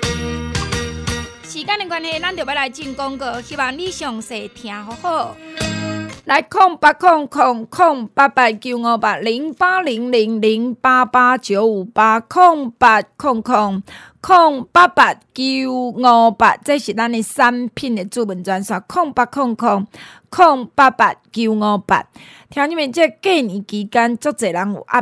时间的关系，咱就要来进广告，希望你详细听好好。 来空八空空空八八九五八零八零零零八八九五八空八空空空八八九五八，这是咱的产品的主文专线。空八空空空八八九五八，听你们这过年期间，足侪人有压力。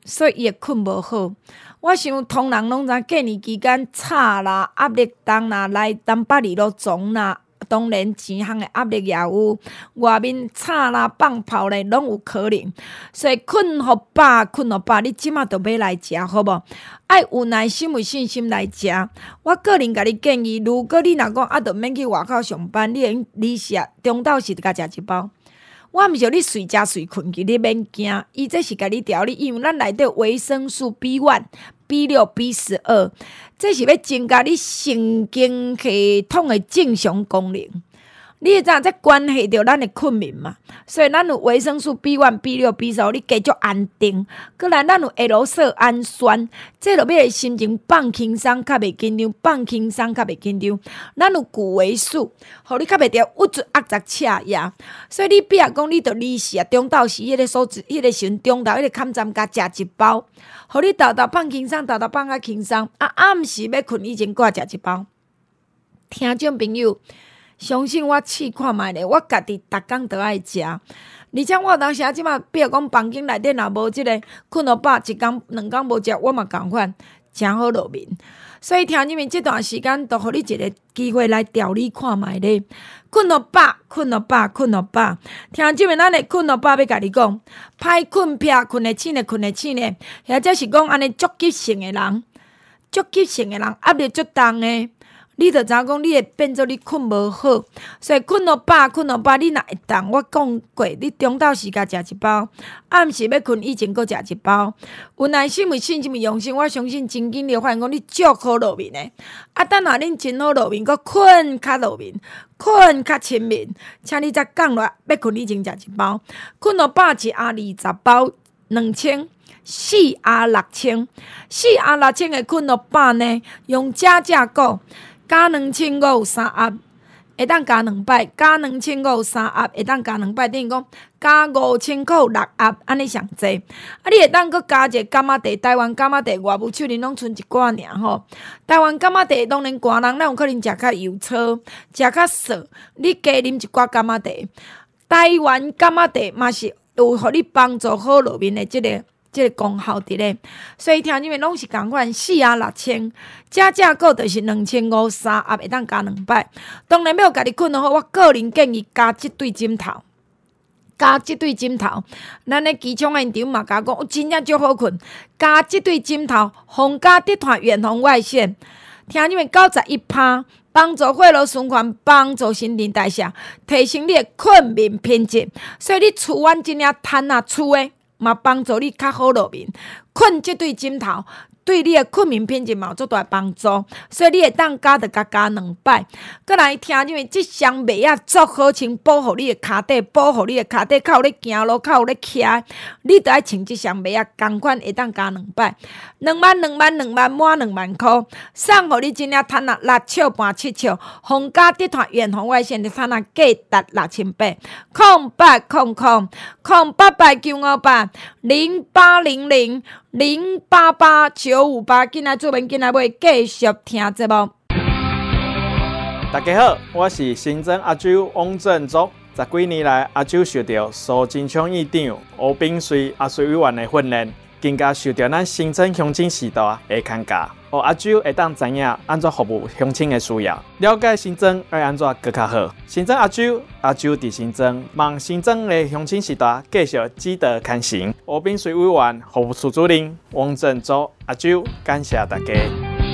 所以伊会困无好。我想通人拢知过年期间吵啦、压力重啦、来东北二路总啦。当然，钱项的压力也有，外面吵啦、放炮咧，拢有可能。所以困互饱，困互饱，你即马就要来食，好无？爱有耐心、有信心来食。我个人甲你建议，如果你若讲啊，着免去外口上班，你用你食中昼时就甲食一包。我毋是你睡食睡困去，你免惊，伊这是甲你调理，因为咱内底维生素 B 一、B 六、B 十二，这是要增加你神经系统的正常功能。你会知影这关系到咱的困眠嘛？所以咱有维生素 B 一、B 六、B 十二，你加足安定。搁来咱有 L 色氨酸，这就要心情放轻松，较袂紧张，放轻松较袂紧张。咱有谷维素，互你较袂着郁卒压杂赤压。所以你比如讲，你着离时啊，中昼时迄个所迄、那个时阵，中昼迄个坎站甲食一包，互你豆豆放轻松，豆豆放较轻松。啊，暗时要困以前，搁食一包。听众朋友。相信我试看觅咧，我家己逐工都爱食，而且我有当时啊，即马比如讲房间内底若无即个困互饱，一工两工无食，我嘛共款，诚好落眠。所以听入面即段时间，都互你一个机会来调理看觅咧，困互饱，困互饱，困互饱。听入面咱的困互饱要甲你讲，歹困癖，困会醒咧，困会醒咧，或者是讲安尼足急性的人，足急性的人压力足重的。你着知影讲，你会变做你困无好，所以困互饱，困互饱，你若会当，我讲过，你中昼时甲食一包，暗时要困以前，搁食一包。有耐心、有信心、有用心，我相信真紧就发现讲你足好落眠的。啊，等下恁真好落眠，搁困较落眠，困较深眠，请你再降落要困以前食一包，困互饱一盒二十包，两千。四盒六千，四盒六千的困互饱呢，用正正股。加两千五有三盒，会当加两摆；加两千五有三盒，会当加两摆。等于讲加五千块六盒，安尼上济。啊，你会当搁加一个柑仔茶，台湾柑仔茶外务手里拢剩一寡尔吼。台湾柑仔茶当然寒人，咱有可能食较油糙，食较涩。你加啉一寡柑仔茶，台湾柑仔茶嘛是有互你帮助好落眠的即、这个。即个功效伫咧，所以听入面拢是共款，四啊六千，正正个就是两千五三盒，会当加两摆。当然要家己困好，我个人建议加即对枕头，加即对枕头。咱咧机场现场嘛甲讲，真正足好困，加即对枕头，防加滴团远红外线，听入面九十一趴，帮助血流循环，帮助新陈代谢，提升你的困眠品质。所以你厝阮真正摊啊厝诶。嘛帮助你较好落眠，困即对枕头对你的困眠品质嘛有足大帮助，所以你会当加着加加两摆。搁来听因为即双袜仔足好穿，保护你的骹底，保护你的骹底，较有咧行路，较有咧徛，你着爱穿即双袜仔，共款会当加两摆，两万两万两万满两万箍，送互你真正趁啊六triệu半七triệu，皇家集团远红外线的趁啊价值六千八，空八空空空八八九五八零八零零零八八九五八，进来做文，进来要继续听节目。 大家好，我是新增阿周王振祖。十几年来，阿周受到苏贞昌院长吴秉绥阿水委员的训练，更加受到咱新增乡亲时代的看教，互阿周会当知影安怎服务乡亲的需要，了解新增要安怎更较好。新增阿周，阿周伫新增，望新增的乡亲时代继续指导看行。吴秉绥委员服务处主任王振祖阿周，感谢大家。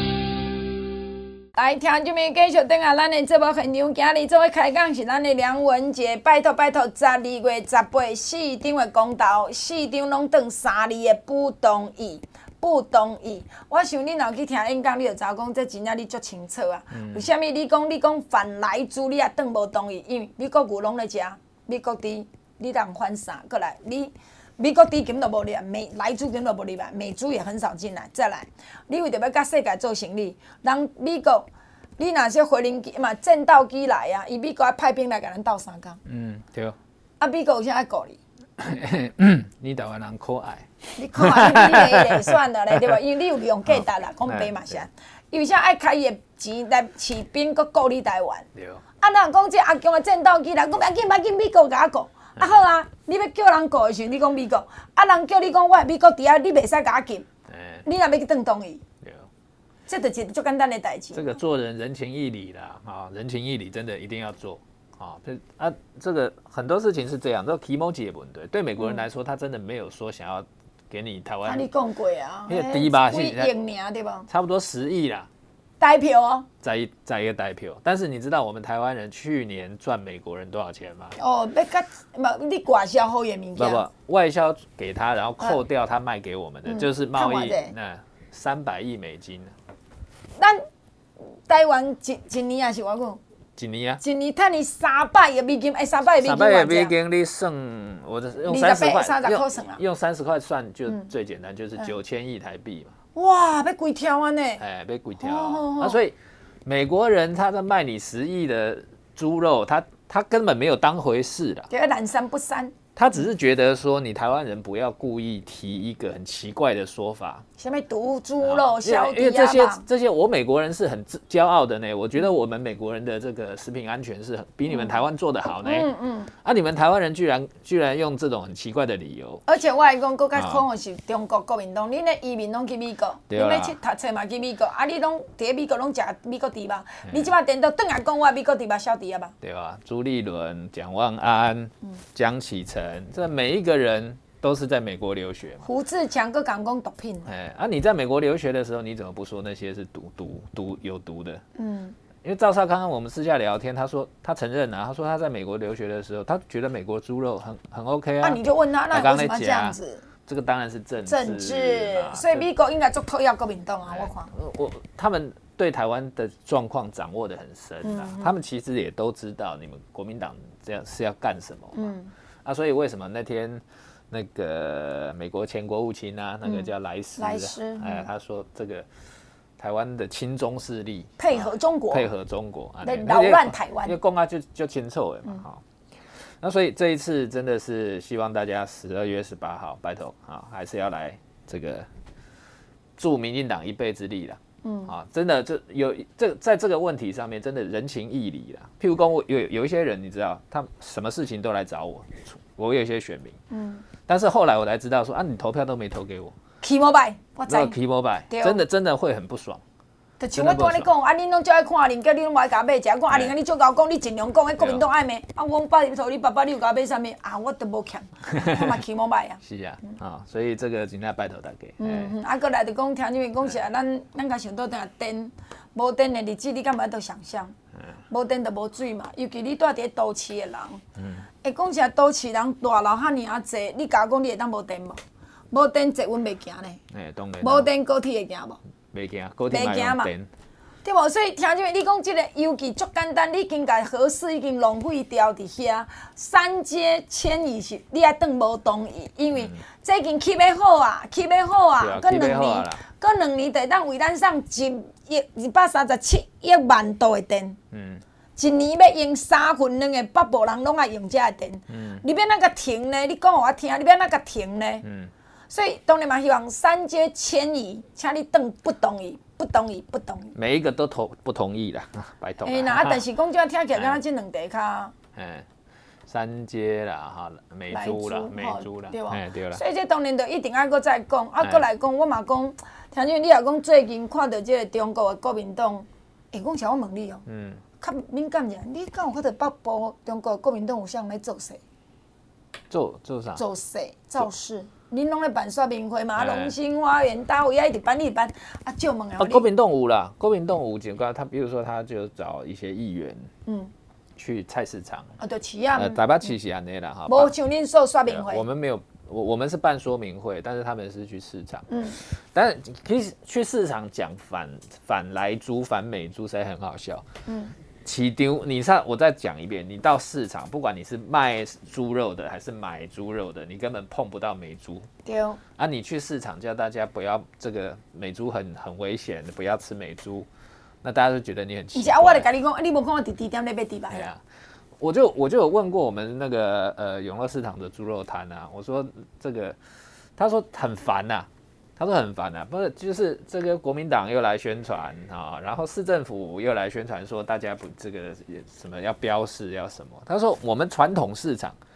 来，听众们继续等下咱的节目现场，今日做伙开讲是咱的梁文杰，拜托拜托，十二月十八四场的公道，四场拢当三字的不同意，不同意。我想你若去听演讲，你就知讲这真正你足清楚啊。嗯、为虾米你讲你讲反来猪，你也当无同意？因为美国牛拢咧食，美国猪你当反啥？过来你。美国猪根本都无入来，美来猪根本都无入来，美猪也很少进来。再来，你为着要甲世界做生意，人美国，你若说回零机嘛，战斗机来啊，伊美国爱派兵来甲咱斗相共。 嗯，对。 啊，美国有啥爱顾你？ 你台湾人可爱。 你可爱，你袂袂算了咧，对吧？因为你有用价值啦，讲白嘛是。伊为啥爱开伊的钱来饲兵，搁顾你台湾？对。啊，人讲这阿强的战斗机来，我要紧，要紧，美国甲我顾。 啊好啊，你要叫人过的时候，你讲美国，啊人叫你讲我美国伫啊，你袂使甲我禁，你若要去转同意，这就是最简单的代志。 这个做人人情义理啦，啊，人情义理真的一定要做。啊，啊，这个很多事情是这样，这个 emoji 也不对。对美国人来说，他真的没有说想要给你台湾。 啊，你讲过啊？ 那个低吧， 几亿尔对吧？ 差不多十亿啦。 代票哦。 在一在一个代票，但是你知道我们台湾人去年赚美国人多少钱吗？ 哦，要甲不，你外销好嘢物件。 不不，外销给他，然后扣掉他卖给我们的， 嗯、 就是贸易那三百亿美金。 咱台湾一一年也是我讲。 一年啊， 一年赚你三百个美金，哎，三百个美金。 三百个美金，你算，我的用三十块， 用用三十块算就最简单，就是九千亿台币嘛。 哇，要几条啊呢？ 哎，要几条啊？所以美国人他在卖你十亿的猪肉，他他根本没有当回事啦。 就懒散不散。 他只是觉得说，你台湾人不要故意提一个很奇怪的说法， 什么毒猪肉、小因为这些这些，我美国人是很骄傲的呢。我觉得我们美国人的这个食品安全是比你们台湾做得好呢。嗯嗯。啊，你们台湾人居然居然用这种很奇怪的理由。 而且我来讲，更加恐的是中国国民党，恁的移民拢去美国，恁要去读册嘛去美国，啊，你拢伫美国拢食美国猪肉，你即摆颠倒转来讲我美国猪肉消除啊吧？ 对吧？朱立伦、蒋万安、江启臣。这每一个人都是在美国留学嘛。 胡志强跟港工毒品。 哎，啊，你在美国留学的时候，你怎么不说那些是毒毒毒有毒的？嗯，因为赵少康跟我们私下聊天，他说他承认啊，他说他在美国留学的时候，他觉得美国猪肉很很 OK 啊。 那、啊、你就问他，那为什么这样子？ 这个当然是政治。 政治，所以美国应该做讨厌国民党啊，我看。 我他们对台湾的状况掌握得很深啊，嗯、他们其实也都知道你们国民党这样是要干什么嘛。嗯啊，所以为什么那天那个美国前国务卿啊，那个叫莱斯， 莱斯， 哎，他说这个台湾的亲中势力配合中国， 配合中国啊， 扰乱台湾， 因为公啊就就清臭哎嘛，哈。那所以这一次真的是希望大家十二月十八号拜托啊，还是要来这个助民进党一臂之力啦。嗯啊，真的就有这在这个问题上面，真的人情义理啦。譬如说，我有有一些人，你知道，他什么事情都来找我，我有一些选民，嗯，但是后来我才知道说啊，你投票都没投给我 ，key mobile， 我知 ，key mobile， 真的真的会很不爽。 就像我拄仔你讲，啊，恁拢只爱看人，叫你拢无爱甲买食。我阿玲啊，你足够讲，你尽量讲，迄国民党爱咩？啊，我爸头你爸爸你有甲买啥物？啊，我都无欠，我嘛起毛买啊。 是啊，啊，所以这个真正拜托大家。 嗯嗯，啊，过来就讲，听你们讲起来，咱咱甲想倒等下电，无电的日子，你敢毋捌都想象？无电就无水嘛，尤其你住伫都市的人，会讲起来都市人大楼遐尔啊济，你甲我讲你会当无电无？无电坐阮袂行呢。 哎，当然。 无电高铁会行无？ 袂行，高铁嘛用电， 对无？所以听众，你讲即个邮寄足简单，你已经甲核四已经浪费掉伫遐，三阶迁移是你爱等无同意，因为这已经起要好啊，起要好啊，搁两年，搁两年就当为咱送一亿二百三十七亿万度的电。嗯。一年要用三分两的北部人拢爱用这个电。嗯。你要哪个停呢？你讲互我听，你要哪个停呢？嗯。所以当然嘛，希望三阶迁移，请你等不同意，不同意，不同意。 每一个都投不同意啦，拜托。 哎，那但是讲这样听起来，敢若这两地较。 哎，三阶啦，哈，美猪啦，美猪啦， 对吧？ 哎，对啦。 所以这当然就一定爱搁再讲，啊，搁来讲，我嘛讲，听见你也讲最近看到这个中国的国民党，哎，讲像我问你哦，嗯，较敏感者，你敢有看到北部中国的国民党有啥来做事？ 做做啥？ 做事造势。恁拢咧办说明会嘛？龙兴花园大会啊，一直办一直办啊，就问啊。 国民党有啦，国民党有，就他比如说，他就找一些议员，嗯，去菜市场。啊， 对，市啊。 呃，台北市是安尼啦，哈。 无像恁做说明会。 我们没有，我我们是办说明会，但是他们是去市场。嗯。但是其实去市场讲反反莱猪、反美猪，实在很好笑。嗯。起丢，你上我再讲一遍，你到市场，不管你是卖猪肉的还是买猪肉的，你根本碰不到美猪。 对。 啊，你去市场叫大家不要这个美猪很很危险，不要吃美猪，那大家就觉得你很奇怪。 而且我就跟你讲，你无看我伫低点咧买猪排啦。 我就我就有问过我们那个呃永乐市场的猪肉摊啊，我说这个，他说很烦呐、啊。他说很烦啊，不是就是这个国民党又来宣传啊，然后市政府又来宣传说大家不这个什么要标示要什么。他说我们传统市场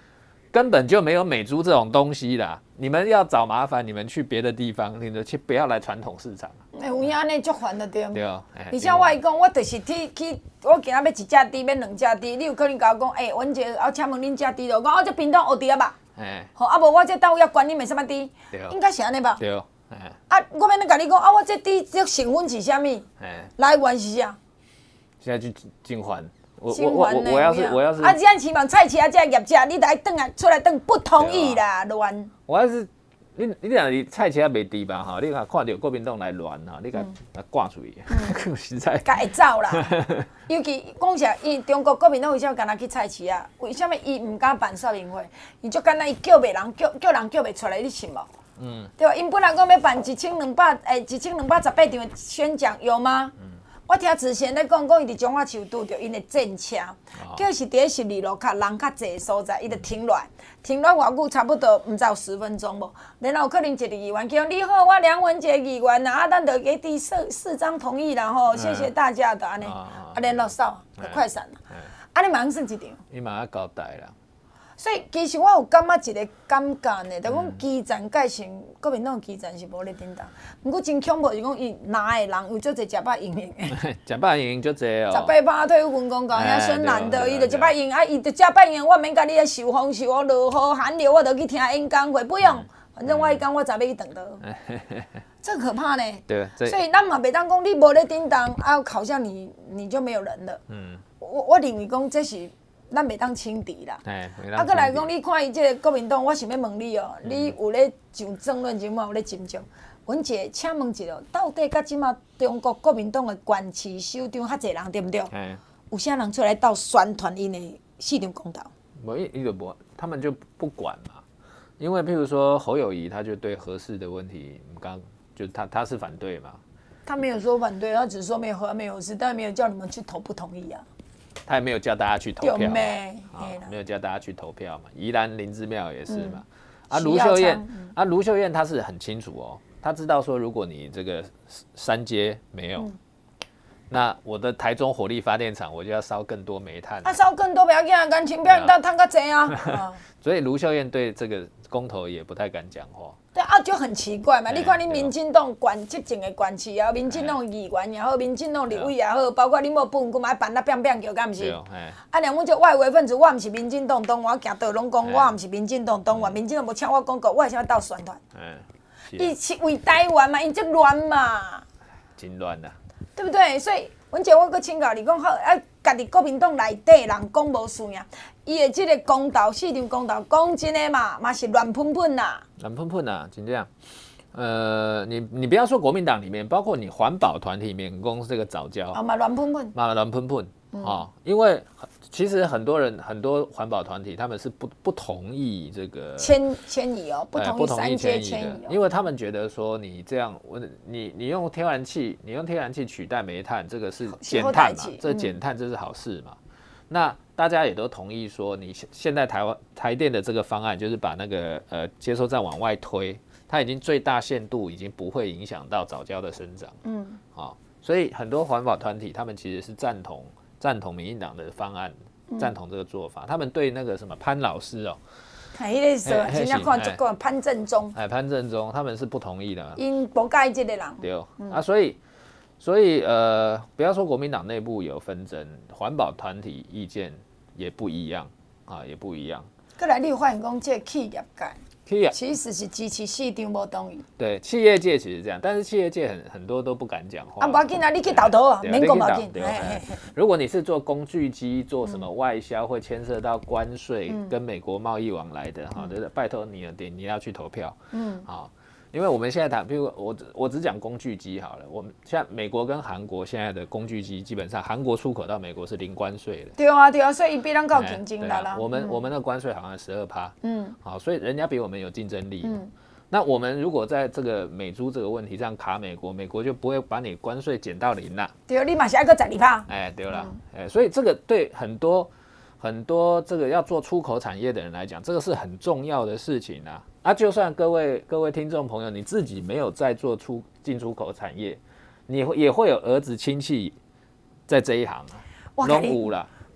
根本就没有美猪这种东西啦。你们要找麻烦，你们去别的地方，你们去不要来传统市场。 哎，有影安尼足烦的对。 对。 而且我会讲，我就是去去，我今仔要一只猪，免两只猪，你有可能甲我讲，哎、欸，阮姐，我请问恁只猪咯，我我这屏东学猪啊吧。哎。好，啊无我这单位要管你卖什么猪？对。应该是安尼吧？ 对。 啊，我免恁甲你讲，啊，我这猪这成分是啥物？哎。来源是啥？ 现在去金环。我我我我要是我要是啊，这样起码菜市啊，这业者你来等啊，出来等不同意啦，乱。 我要是你你俩你菜市啊袂低吧哈，你看看到国民党来乱哈，你甲挂出去，实在。 甲会走啦，尤其讲实，伊中国国民党为什么敢若去菜市啊？为什么伊唔敢办说明会？伊就敢若伊叫袂人叫叫人叫袂出来，你信无？嗯，对吧？因本来讲要办一千两百诶，一千两百十八场的宣讲，有吗？嗯。我听之前咧讲，讲伊伫中华树拄着因的战车，叫是伫十二路较人较济的所在，伊就停落来，停落偌久，差不多毋知有十分钟无。然后可能一个议员叫你好，我梁文杰议员啊，啊，咱就给第四四张同意啦吼，谢谢大家的安尼，啊，联络扫就快散啦。啊，你马上算一场？ 你马上交代啦。 所以其实我有感觉一个感觉呢，就讲基层改成国民党基层是无咧顶当，不过真恐怖是讲伊拿的人有足侪食饱营营的， 食饱营营足侪哦。 十八趴退伍军公讲遐孙难得，伊就食饱营，啊，伊就食饱营，我免甲你咧受风受雨落雨寒流，我就去听演讲会，不用，反正我一讲我早要去等的，这可怕呢。对，所以咱嘛袂当讲你无咧顶当，啊，好像你你就没有人了。嗯，我我认为讲这是。咱袂当轻敌啦，啊，搁来讲，你看伊即个国民党，我想要问你哦，嗯、你有咧上争论节目有咧斟酌？阮姐，请问一下，到底甲即马中国国民党的管市首长较侪人对不对？有啥人出来到宣传因的四场公道？ 无，伊就无，他们就不管嘛。因为譬如说侯友宜，他就对核四的问题，刚就他他是反对嘛。 他没有说反对，他只是说没有核没有事，但没有叫你们去投不同意啊。 他也没有叫大家去投票， 啊， 没有叫大家去投票嘛。宜兰林之妙也是嘛。嗯、啊，卢秀燕，嗯、啊，卢秀燕她是很清楚哦，她知道说，如果你这个三接没有，嗯、那我的台中火力发电厂我就要烧更多煤炭。 啊，烧更多不要紧啊，感情不要到贪个钱啊。 所以卢秀燕对这个公投也不太敢讲话。 对啊，就很奇怪嘛！你看，你民进党管执政的管市也好，民进党议员也好，民进党立委也好，包括你某本官嘛，办啊变变叫，敢毋是？啊，两阮这外围分子，我毋是民进党党员，行道拢讲我毋是民进党党员，民进党无请我广告，我为什么到宣传？伊是为台湾嘛，伊这乱嘛， 真乱啊， 对不对？所以，阮姐我搁请教你讲好，啊，家己国民党内底人讲无输呀。伊的这个公道，市场公道，讲真的嘛，嘛是乱喷喷呐， 乱喷喷呐，真这样。呃，你你不要说国民党里面，包括你环保团体里面，讲这个藻礁， 啊嘛乱喷喷， 嘛乱喷喷，哦，因为其实很多人很多环保团体他们是不不同意这个迁迁移哦，不同意三阶迁移、哦， 因为他们觉得说你这样，我你你用天然气，你用天然气取代煤炭，这个是减碳嘛，这减碳这是好事嘛。那大家也都同意说，你现在台湾台电的这个方案，就是把那个呃接收站往外推，它已经最大限度已经不会影响到藻礁的生长。嗯，啊、哦，所以很多环保团体他们其实是赞同赞同民进党的方案，赞同这个做法。嗯、他们对那个什么潘老师哦， 哎，那时候真正看这个潘正中， 哎，潘正中他们是不同意的， 因不介意这个人。 对、嗯、啊，所以。所以呃，不要说国民党内部有纷争，环保团体意见也不一样啊，也不一样。 再来，你有发现讲这企业界， 企业其实是支持市场无同意。 对，企业界其实这样，但是企业界很很多都不敢讲话。 啊，不要紧啊，你去投投啊，免讲不要紧。 如果你是做工具机，做什么外销，会牵涉到关税跟美国贸易往来的，哈、嗯，拜托你了，点你要去投票。嗯，好。因为我们现在谈，比如我我只讲工具机好了，我们现在美国跟韩国现在的工具机基本上，韩国出口到美国是零关税的。 对啊对啊，所以比咱够竞争力啦。 我们、嗯、我们的关税好像十二趴，嗯，好，所以人家比我们有竞争力。嗯，那我们如果在这个美猪这个问题上卡美国，美国就不会把你关税减到零啦。 对，你嘛是要个十二趴。 哎，对了，哎、嗯，所以这个对很多很多这个要做出口产业的人来讲，这个是很重要的事情啊。啊，就算各位各位听众朋友，你自己没有在做出进出口产业，你也会有儿子亲戚在这一行啊，拢有啦。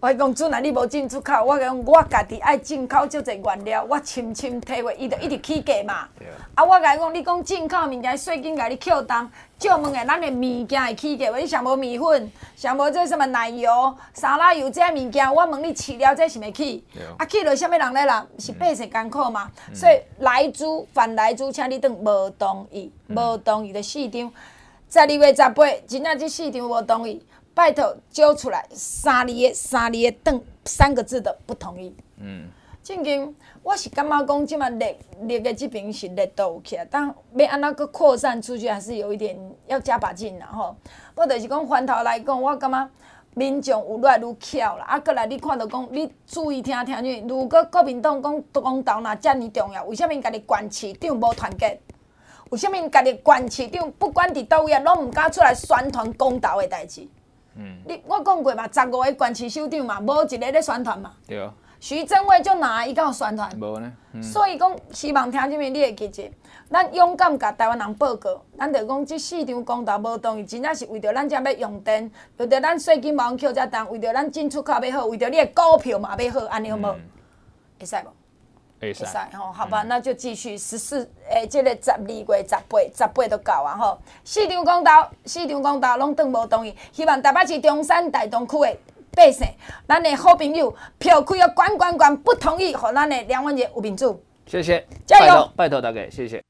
我讲阵啊，你无进出口，我讲我家己爱进口足侪原料，我深深体会，伊就一直起价嘛。啊，我甲伊讲，你讲进口物件税金甲你扣重，照问诶，咱诶物件会起价无？你想无米粉，想无这什么奶油、沙拉油这物件，我问你饲了这是袂起？啊，起落啥物人咧人？是百姓艰苦嘛。嗯、所以来租凡来租，请你当无同意，无同意的市场。十二月十八，真正这市场无同意。拜托，揪出来三字的三字的等三个字的不同意。嗯，正经，我是感觉讲，即马热热的这边是热度有起来，但要安怎个扩散出去，还是有一点要加把劲啦吼。我就是讲，翻头来讲，我感觉民众有愈来愈巧啦。啊，过来你看到讲，你注意听听去，如果国民党讲公投若遮尔重要，为什么家己县市长无团结？为什么家己县市长不管伫倒位啊，拢毋敢出来宣传公投的代志？嗯，你我讲过嘛，十五个县市首长嘛，无一个咧宣传嘛。对啊。徐正伟就哪伊敢有宣传？无呢。嗯、所以讲，希望听这边你会记者，咱勇敢甲台湾人报告，咱就讲这市场公投无同意，真正是为着咱遮要用电，为着咱税金无扣遮重，为着咱进出口要好，为着你的股票嘛要好，安尼有无？会使无？会使吼，好吧，嗯、那就继续十四诶，这个十二月十八，十八都到啊吼。市场公投，市场公投拢当无同意，希望台北市中山大东区的百姓，咱的好朋友票开啊，关关关不同意，互咱的梁文杰有民主。 谢谢， 加油！ 拜托大家，谢谢。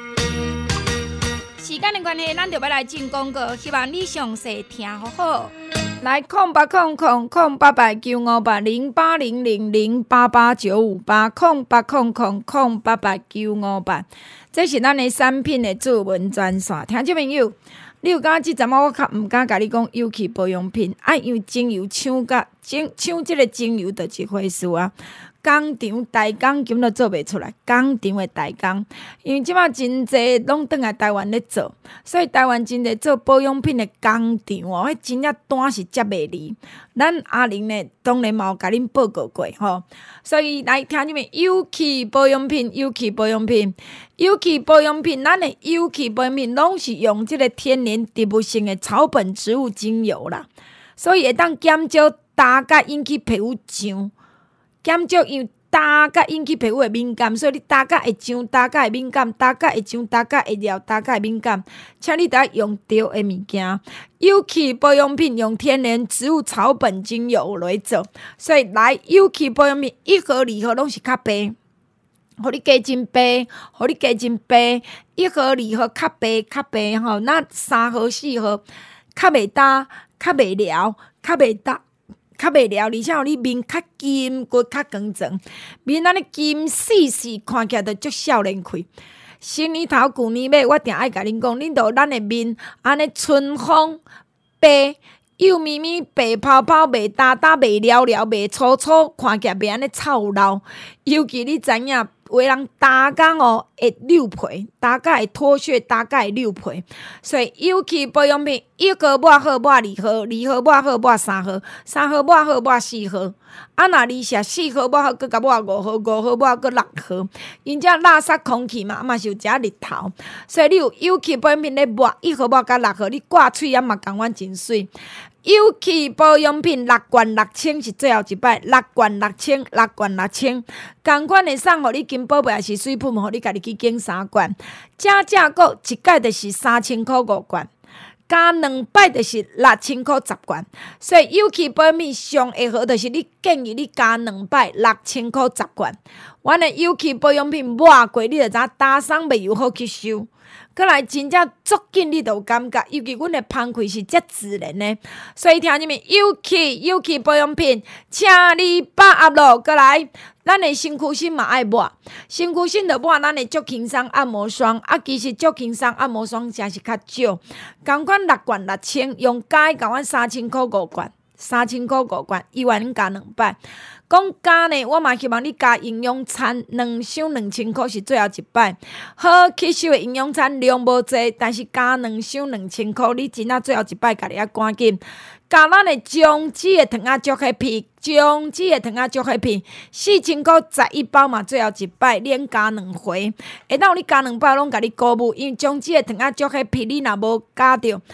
时间的关系，咱就要来进广告，希望你详细听好好。 来空八空空空八八九五八零八零零零八八九五八空八空空空八八九五八，这是咱的产品的主文专线。听众朋友，你有感觉即阵仔我较毋敢甲你讲有机保养品，啊，因为精油抢甲抢抢即个精油就是一回事啊。工厂大工根本做袂出来，工厂的大工，因为即马真济拢转来台湾咧做，所以台湾真济做保养品的工厂哦，迄真正单是接袂离。咱阿玲呢，当然嘛有甲恁报告过吼，所以来听你们有机保养品，有机保养品，有机保养品，咱的有机保养品拢是用即个天然植物性的草本植物精油啦，所以会当减少大甲引起皮肤痒。减少因为打甲引起皮肤的敏感，所以你打甲会痒，打甲会敏感，打甲会痒，打甲会撩，打甲会敏感，请你得用对的物件。有机保养品用天然植物草本精油来做，所以来有机保养品一盒、二盒拢是较白，互你加真白，互你加真白，一盒、二盒较白较白吼，那三盒、四盒较袂打，较袂撩，较袂打。较袂了，而且互你面较金骨较光泽，面安尼金细细，看起来就足少年气。新年头旧年尾，我定爱甲恁讲，恁着咱的面安尼春风白，幼咪咪白泡泡，袂搭搭，袂了了，袂粗粗，看起来袂安尼臭老。尤其你知影。有的人打工哦会溜皮，打工会脱屑，打工会溜皮，所以有机保养品一盒抹好抹二盒，二盒抹好抹三盒，三盒抹好抹四盒。啊，若你是四盒抹好，佮甲抹五盒，五盒抹佮六盒，因遮垃圾空气嘛，嘛是有一日头，所以你有有机保养品咧抹一盒抹甲六盒，你挂喙也嘛共阮真水。有机保养品六罐六千是最后一摆，六罐六千，六罐六千，同款会送互你金宝贝也是水品，互你家己去拣三罐，正正个一届就是三千块五罐，加两摆就是六千块十罐，所以有机保养品上会好，就是你建议你加两摆六千块十罐，阮的有机保养品抹过，你就知打送袂又好吸收。过来真正足紧，你就有感觉，尤其阮的芳气是遮自然的，所以听你们有机有机保养品，请你把握咯。过来，咱的身躯心嘛爱抹，身躯心就抹咱的足轻松按摩霜，啊，其实足轻松按摩霜真是较少，同款六罐六千，用加甲阮三千块五罐，三千块五罐，伊愿恁加两摆。讲加呢，我嘛希望你加营养餐，两箱两千块是最后一摆。好吸收的营养餐量无济，但是加两箱两千块，你真啊最后一摆家己啊赶紧。加咱的姜子的糖仔竹叶片，姜子的糖仔竹叶片，四千块十一包嘛，最后一摆连加两回，会当你加两包拢甲你鼓舞，因为姜子的糖仔竹叶片你若无加着。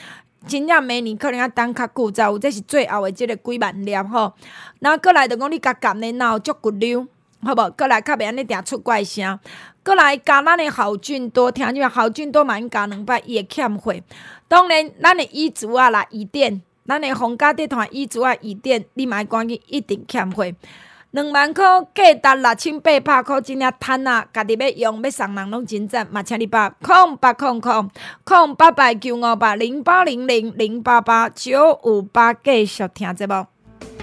真正明年可能要等较久，才有这是最后的即个几万粒吼。然后过来就讲你甲甘的哪有足骨溜，好无？过来较袂安尼定出怪声。过来加咱的好菌多，听见好菌多嘛，应加两摆伊会欠货。当然，咱的衣橱啊啦，椅垫，咱的皇家地团衣橱啊椅垫，你嘛赶紧一定欠货。两万块价值六千八百块，真正趁啊！家己要用要送人拢真赞，嘛请你把空八空空空八八九五八零八零零零八八九五八继续听节目。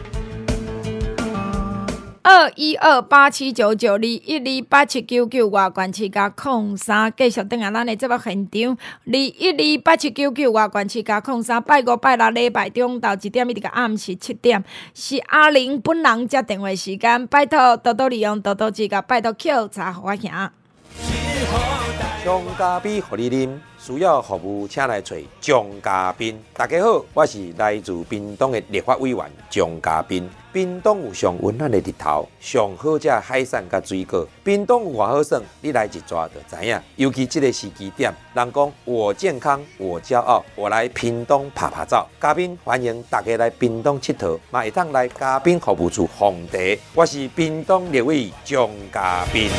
二一二八七九九二一二八七九九外关市加空三，继续等下咱的节目现场。二一二八七九九外关市加空三，拜五拜六礼拜中到一点一直到暗时七点，是阿玲本人接电话时间，拜托多多利用，多多指教，拜托扣查互我行。 姜咖啡互你啉，需要服务请来找姜咖啡。大家好，我是来自屏东的立法委员姜咖啡。屏东有上温暖的日头，上好食海产甲水果。屏东有偌好耍，你来一抓就知影。尤其这个时机点，人讲我健康我骄傲，我来屏东拍拍照。嘉宾欢迎大家来屏东佚佗，嘛会当来嘉宾服务处奉茶。我是屏东立委姜嘉宾。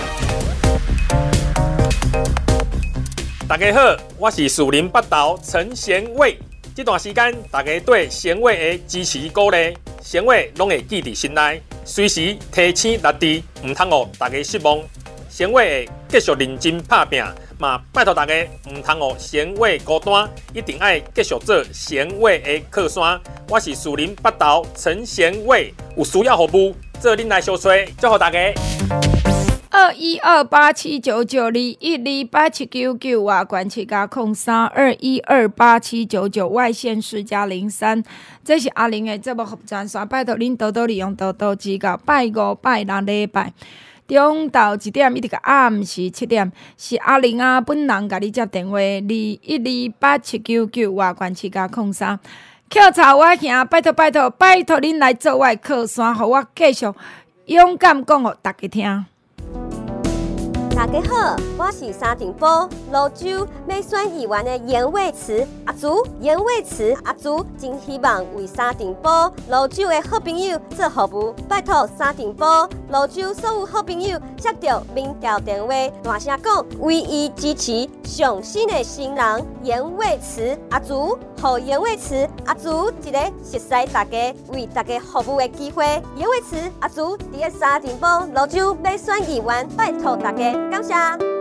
大家好，我是树林北投陈贤伟。这段时间，大家对贤伟的支持鼓励，贤伟拢会记伫心内，随时提醒力滴，唔通互大家失望。贤伟会继续认真拍拼，嘛拜托大家唔通互贤伟孤单，一定爱继续做贤伟的靠山。我是树林北投陈贤伟，有需要服务，做恁来相催，祝福大家。 二一二八七九九二一二八七九九外关市加空三二一二八七九九外县市加零三，这是阿玲的节目服专线，拜托恁多多利用，多多指教。拜五拜六礼拜中到一点一直到暗时七点，是阿玲啊本人甲你接电话，二一二八七九九外关市加空三。扣查我行，拜托拜托拜托恁来做我的靠山，互我继续勇敢讲互大家听。 大家好，我是沙尘堡泸州要选议员的严伟慈阿祖，严伟慈阿祖真希望为沙尘堡泸州的好朋友做服务，拜托沙尘堡泸州所有好朋友接到民调电话，大声讲唯一支持上新的新人严伟慈阿祖，互严伟慈阿祖一个熟悉大家为大家服务的机会。严伟慈阿祖伫个沙尘堡泸州要选议员，拜托大家。感谢。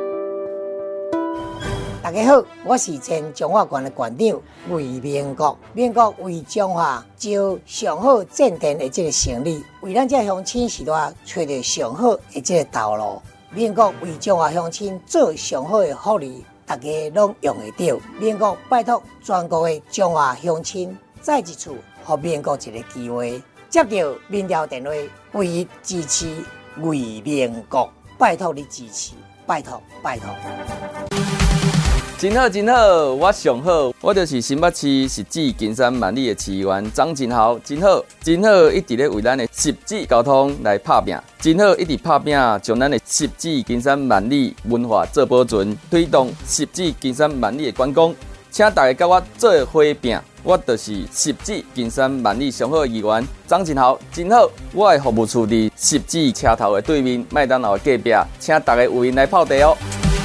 大家好，我是前中华县的县长魏明国。明国为中华招上好建店的这个成立，为咱这乡亲时代找到上好的这个道路。明国为中华乡亲做上好的福利，大家拢用得到。明国拜托全国的中华乡亲，再一次给明国一个机会，接到民调电话，唯一支持魏明国。拜托你支持，拜托拜托。 真好真好，我上好，我就是新北市汐止金山万里的市议员张金豪，真好真好，一直咧为咱的汐止交通来拍拼，真好一直拍拼，将咱的汐止金山万里文化做保存，推动汐止金山万里的观光，请大家跟我做伙拼。我就是汐止金山万里上好的议员张金豪，真好！我的服务处伫汐止车头的对面，麦当劳的隔壁，请大家有闲来泡茶哦。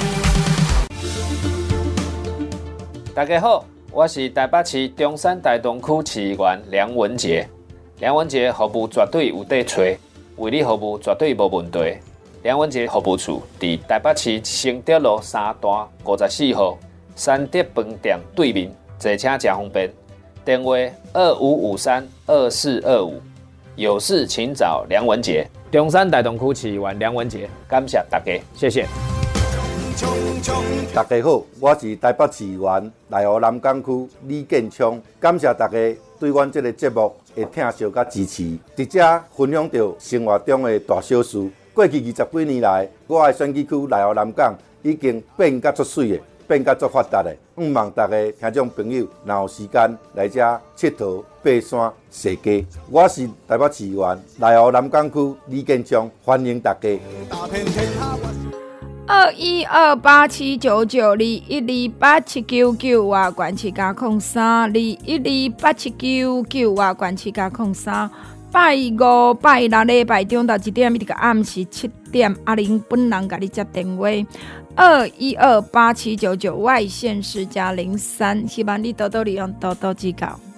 大家好，我是台北市中山大东区市议员梁文杰。梁文杰服务绝对有得找，为你服务绝对无问题。梁文杰服务处伫台北市承德路三段五十四号三德饭店对面，坐车真方便。电话二五五三二四二五，有事请找梁文杰。中山大东区市议员梁文杰，感谢大家，谢谢。 大家好，我是台北市议员内湖南港区李建昌，感谢大家对阮这个节目的听惜甲支持，伫这分享到生活中的大小事。过去二十几年来，我的选举区内湖南港已经变甲足水的。变甲足发达的，希望大家听众朋友若有时间来这佚佗、爬山、踅街。我是台北市议员内湖南港区李建昌，欢迎大家。 二一二八七九九二一二八七九九啊，关七加空三二一二八七九九啊，关七加空三。拜五、拜六礼拜中到一点，一直到暗时七点，阿玲本人甲你接电话。二一二八七九九外线是加零三，希望你多多利用，多多指教。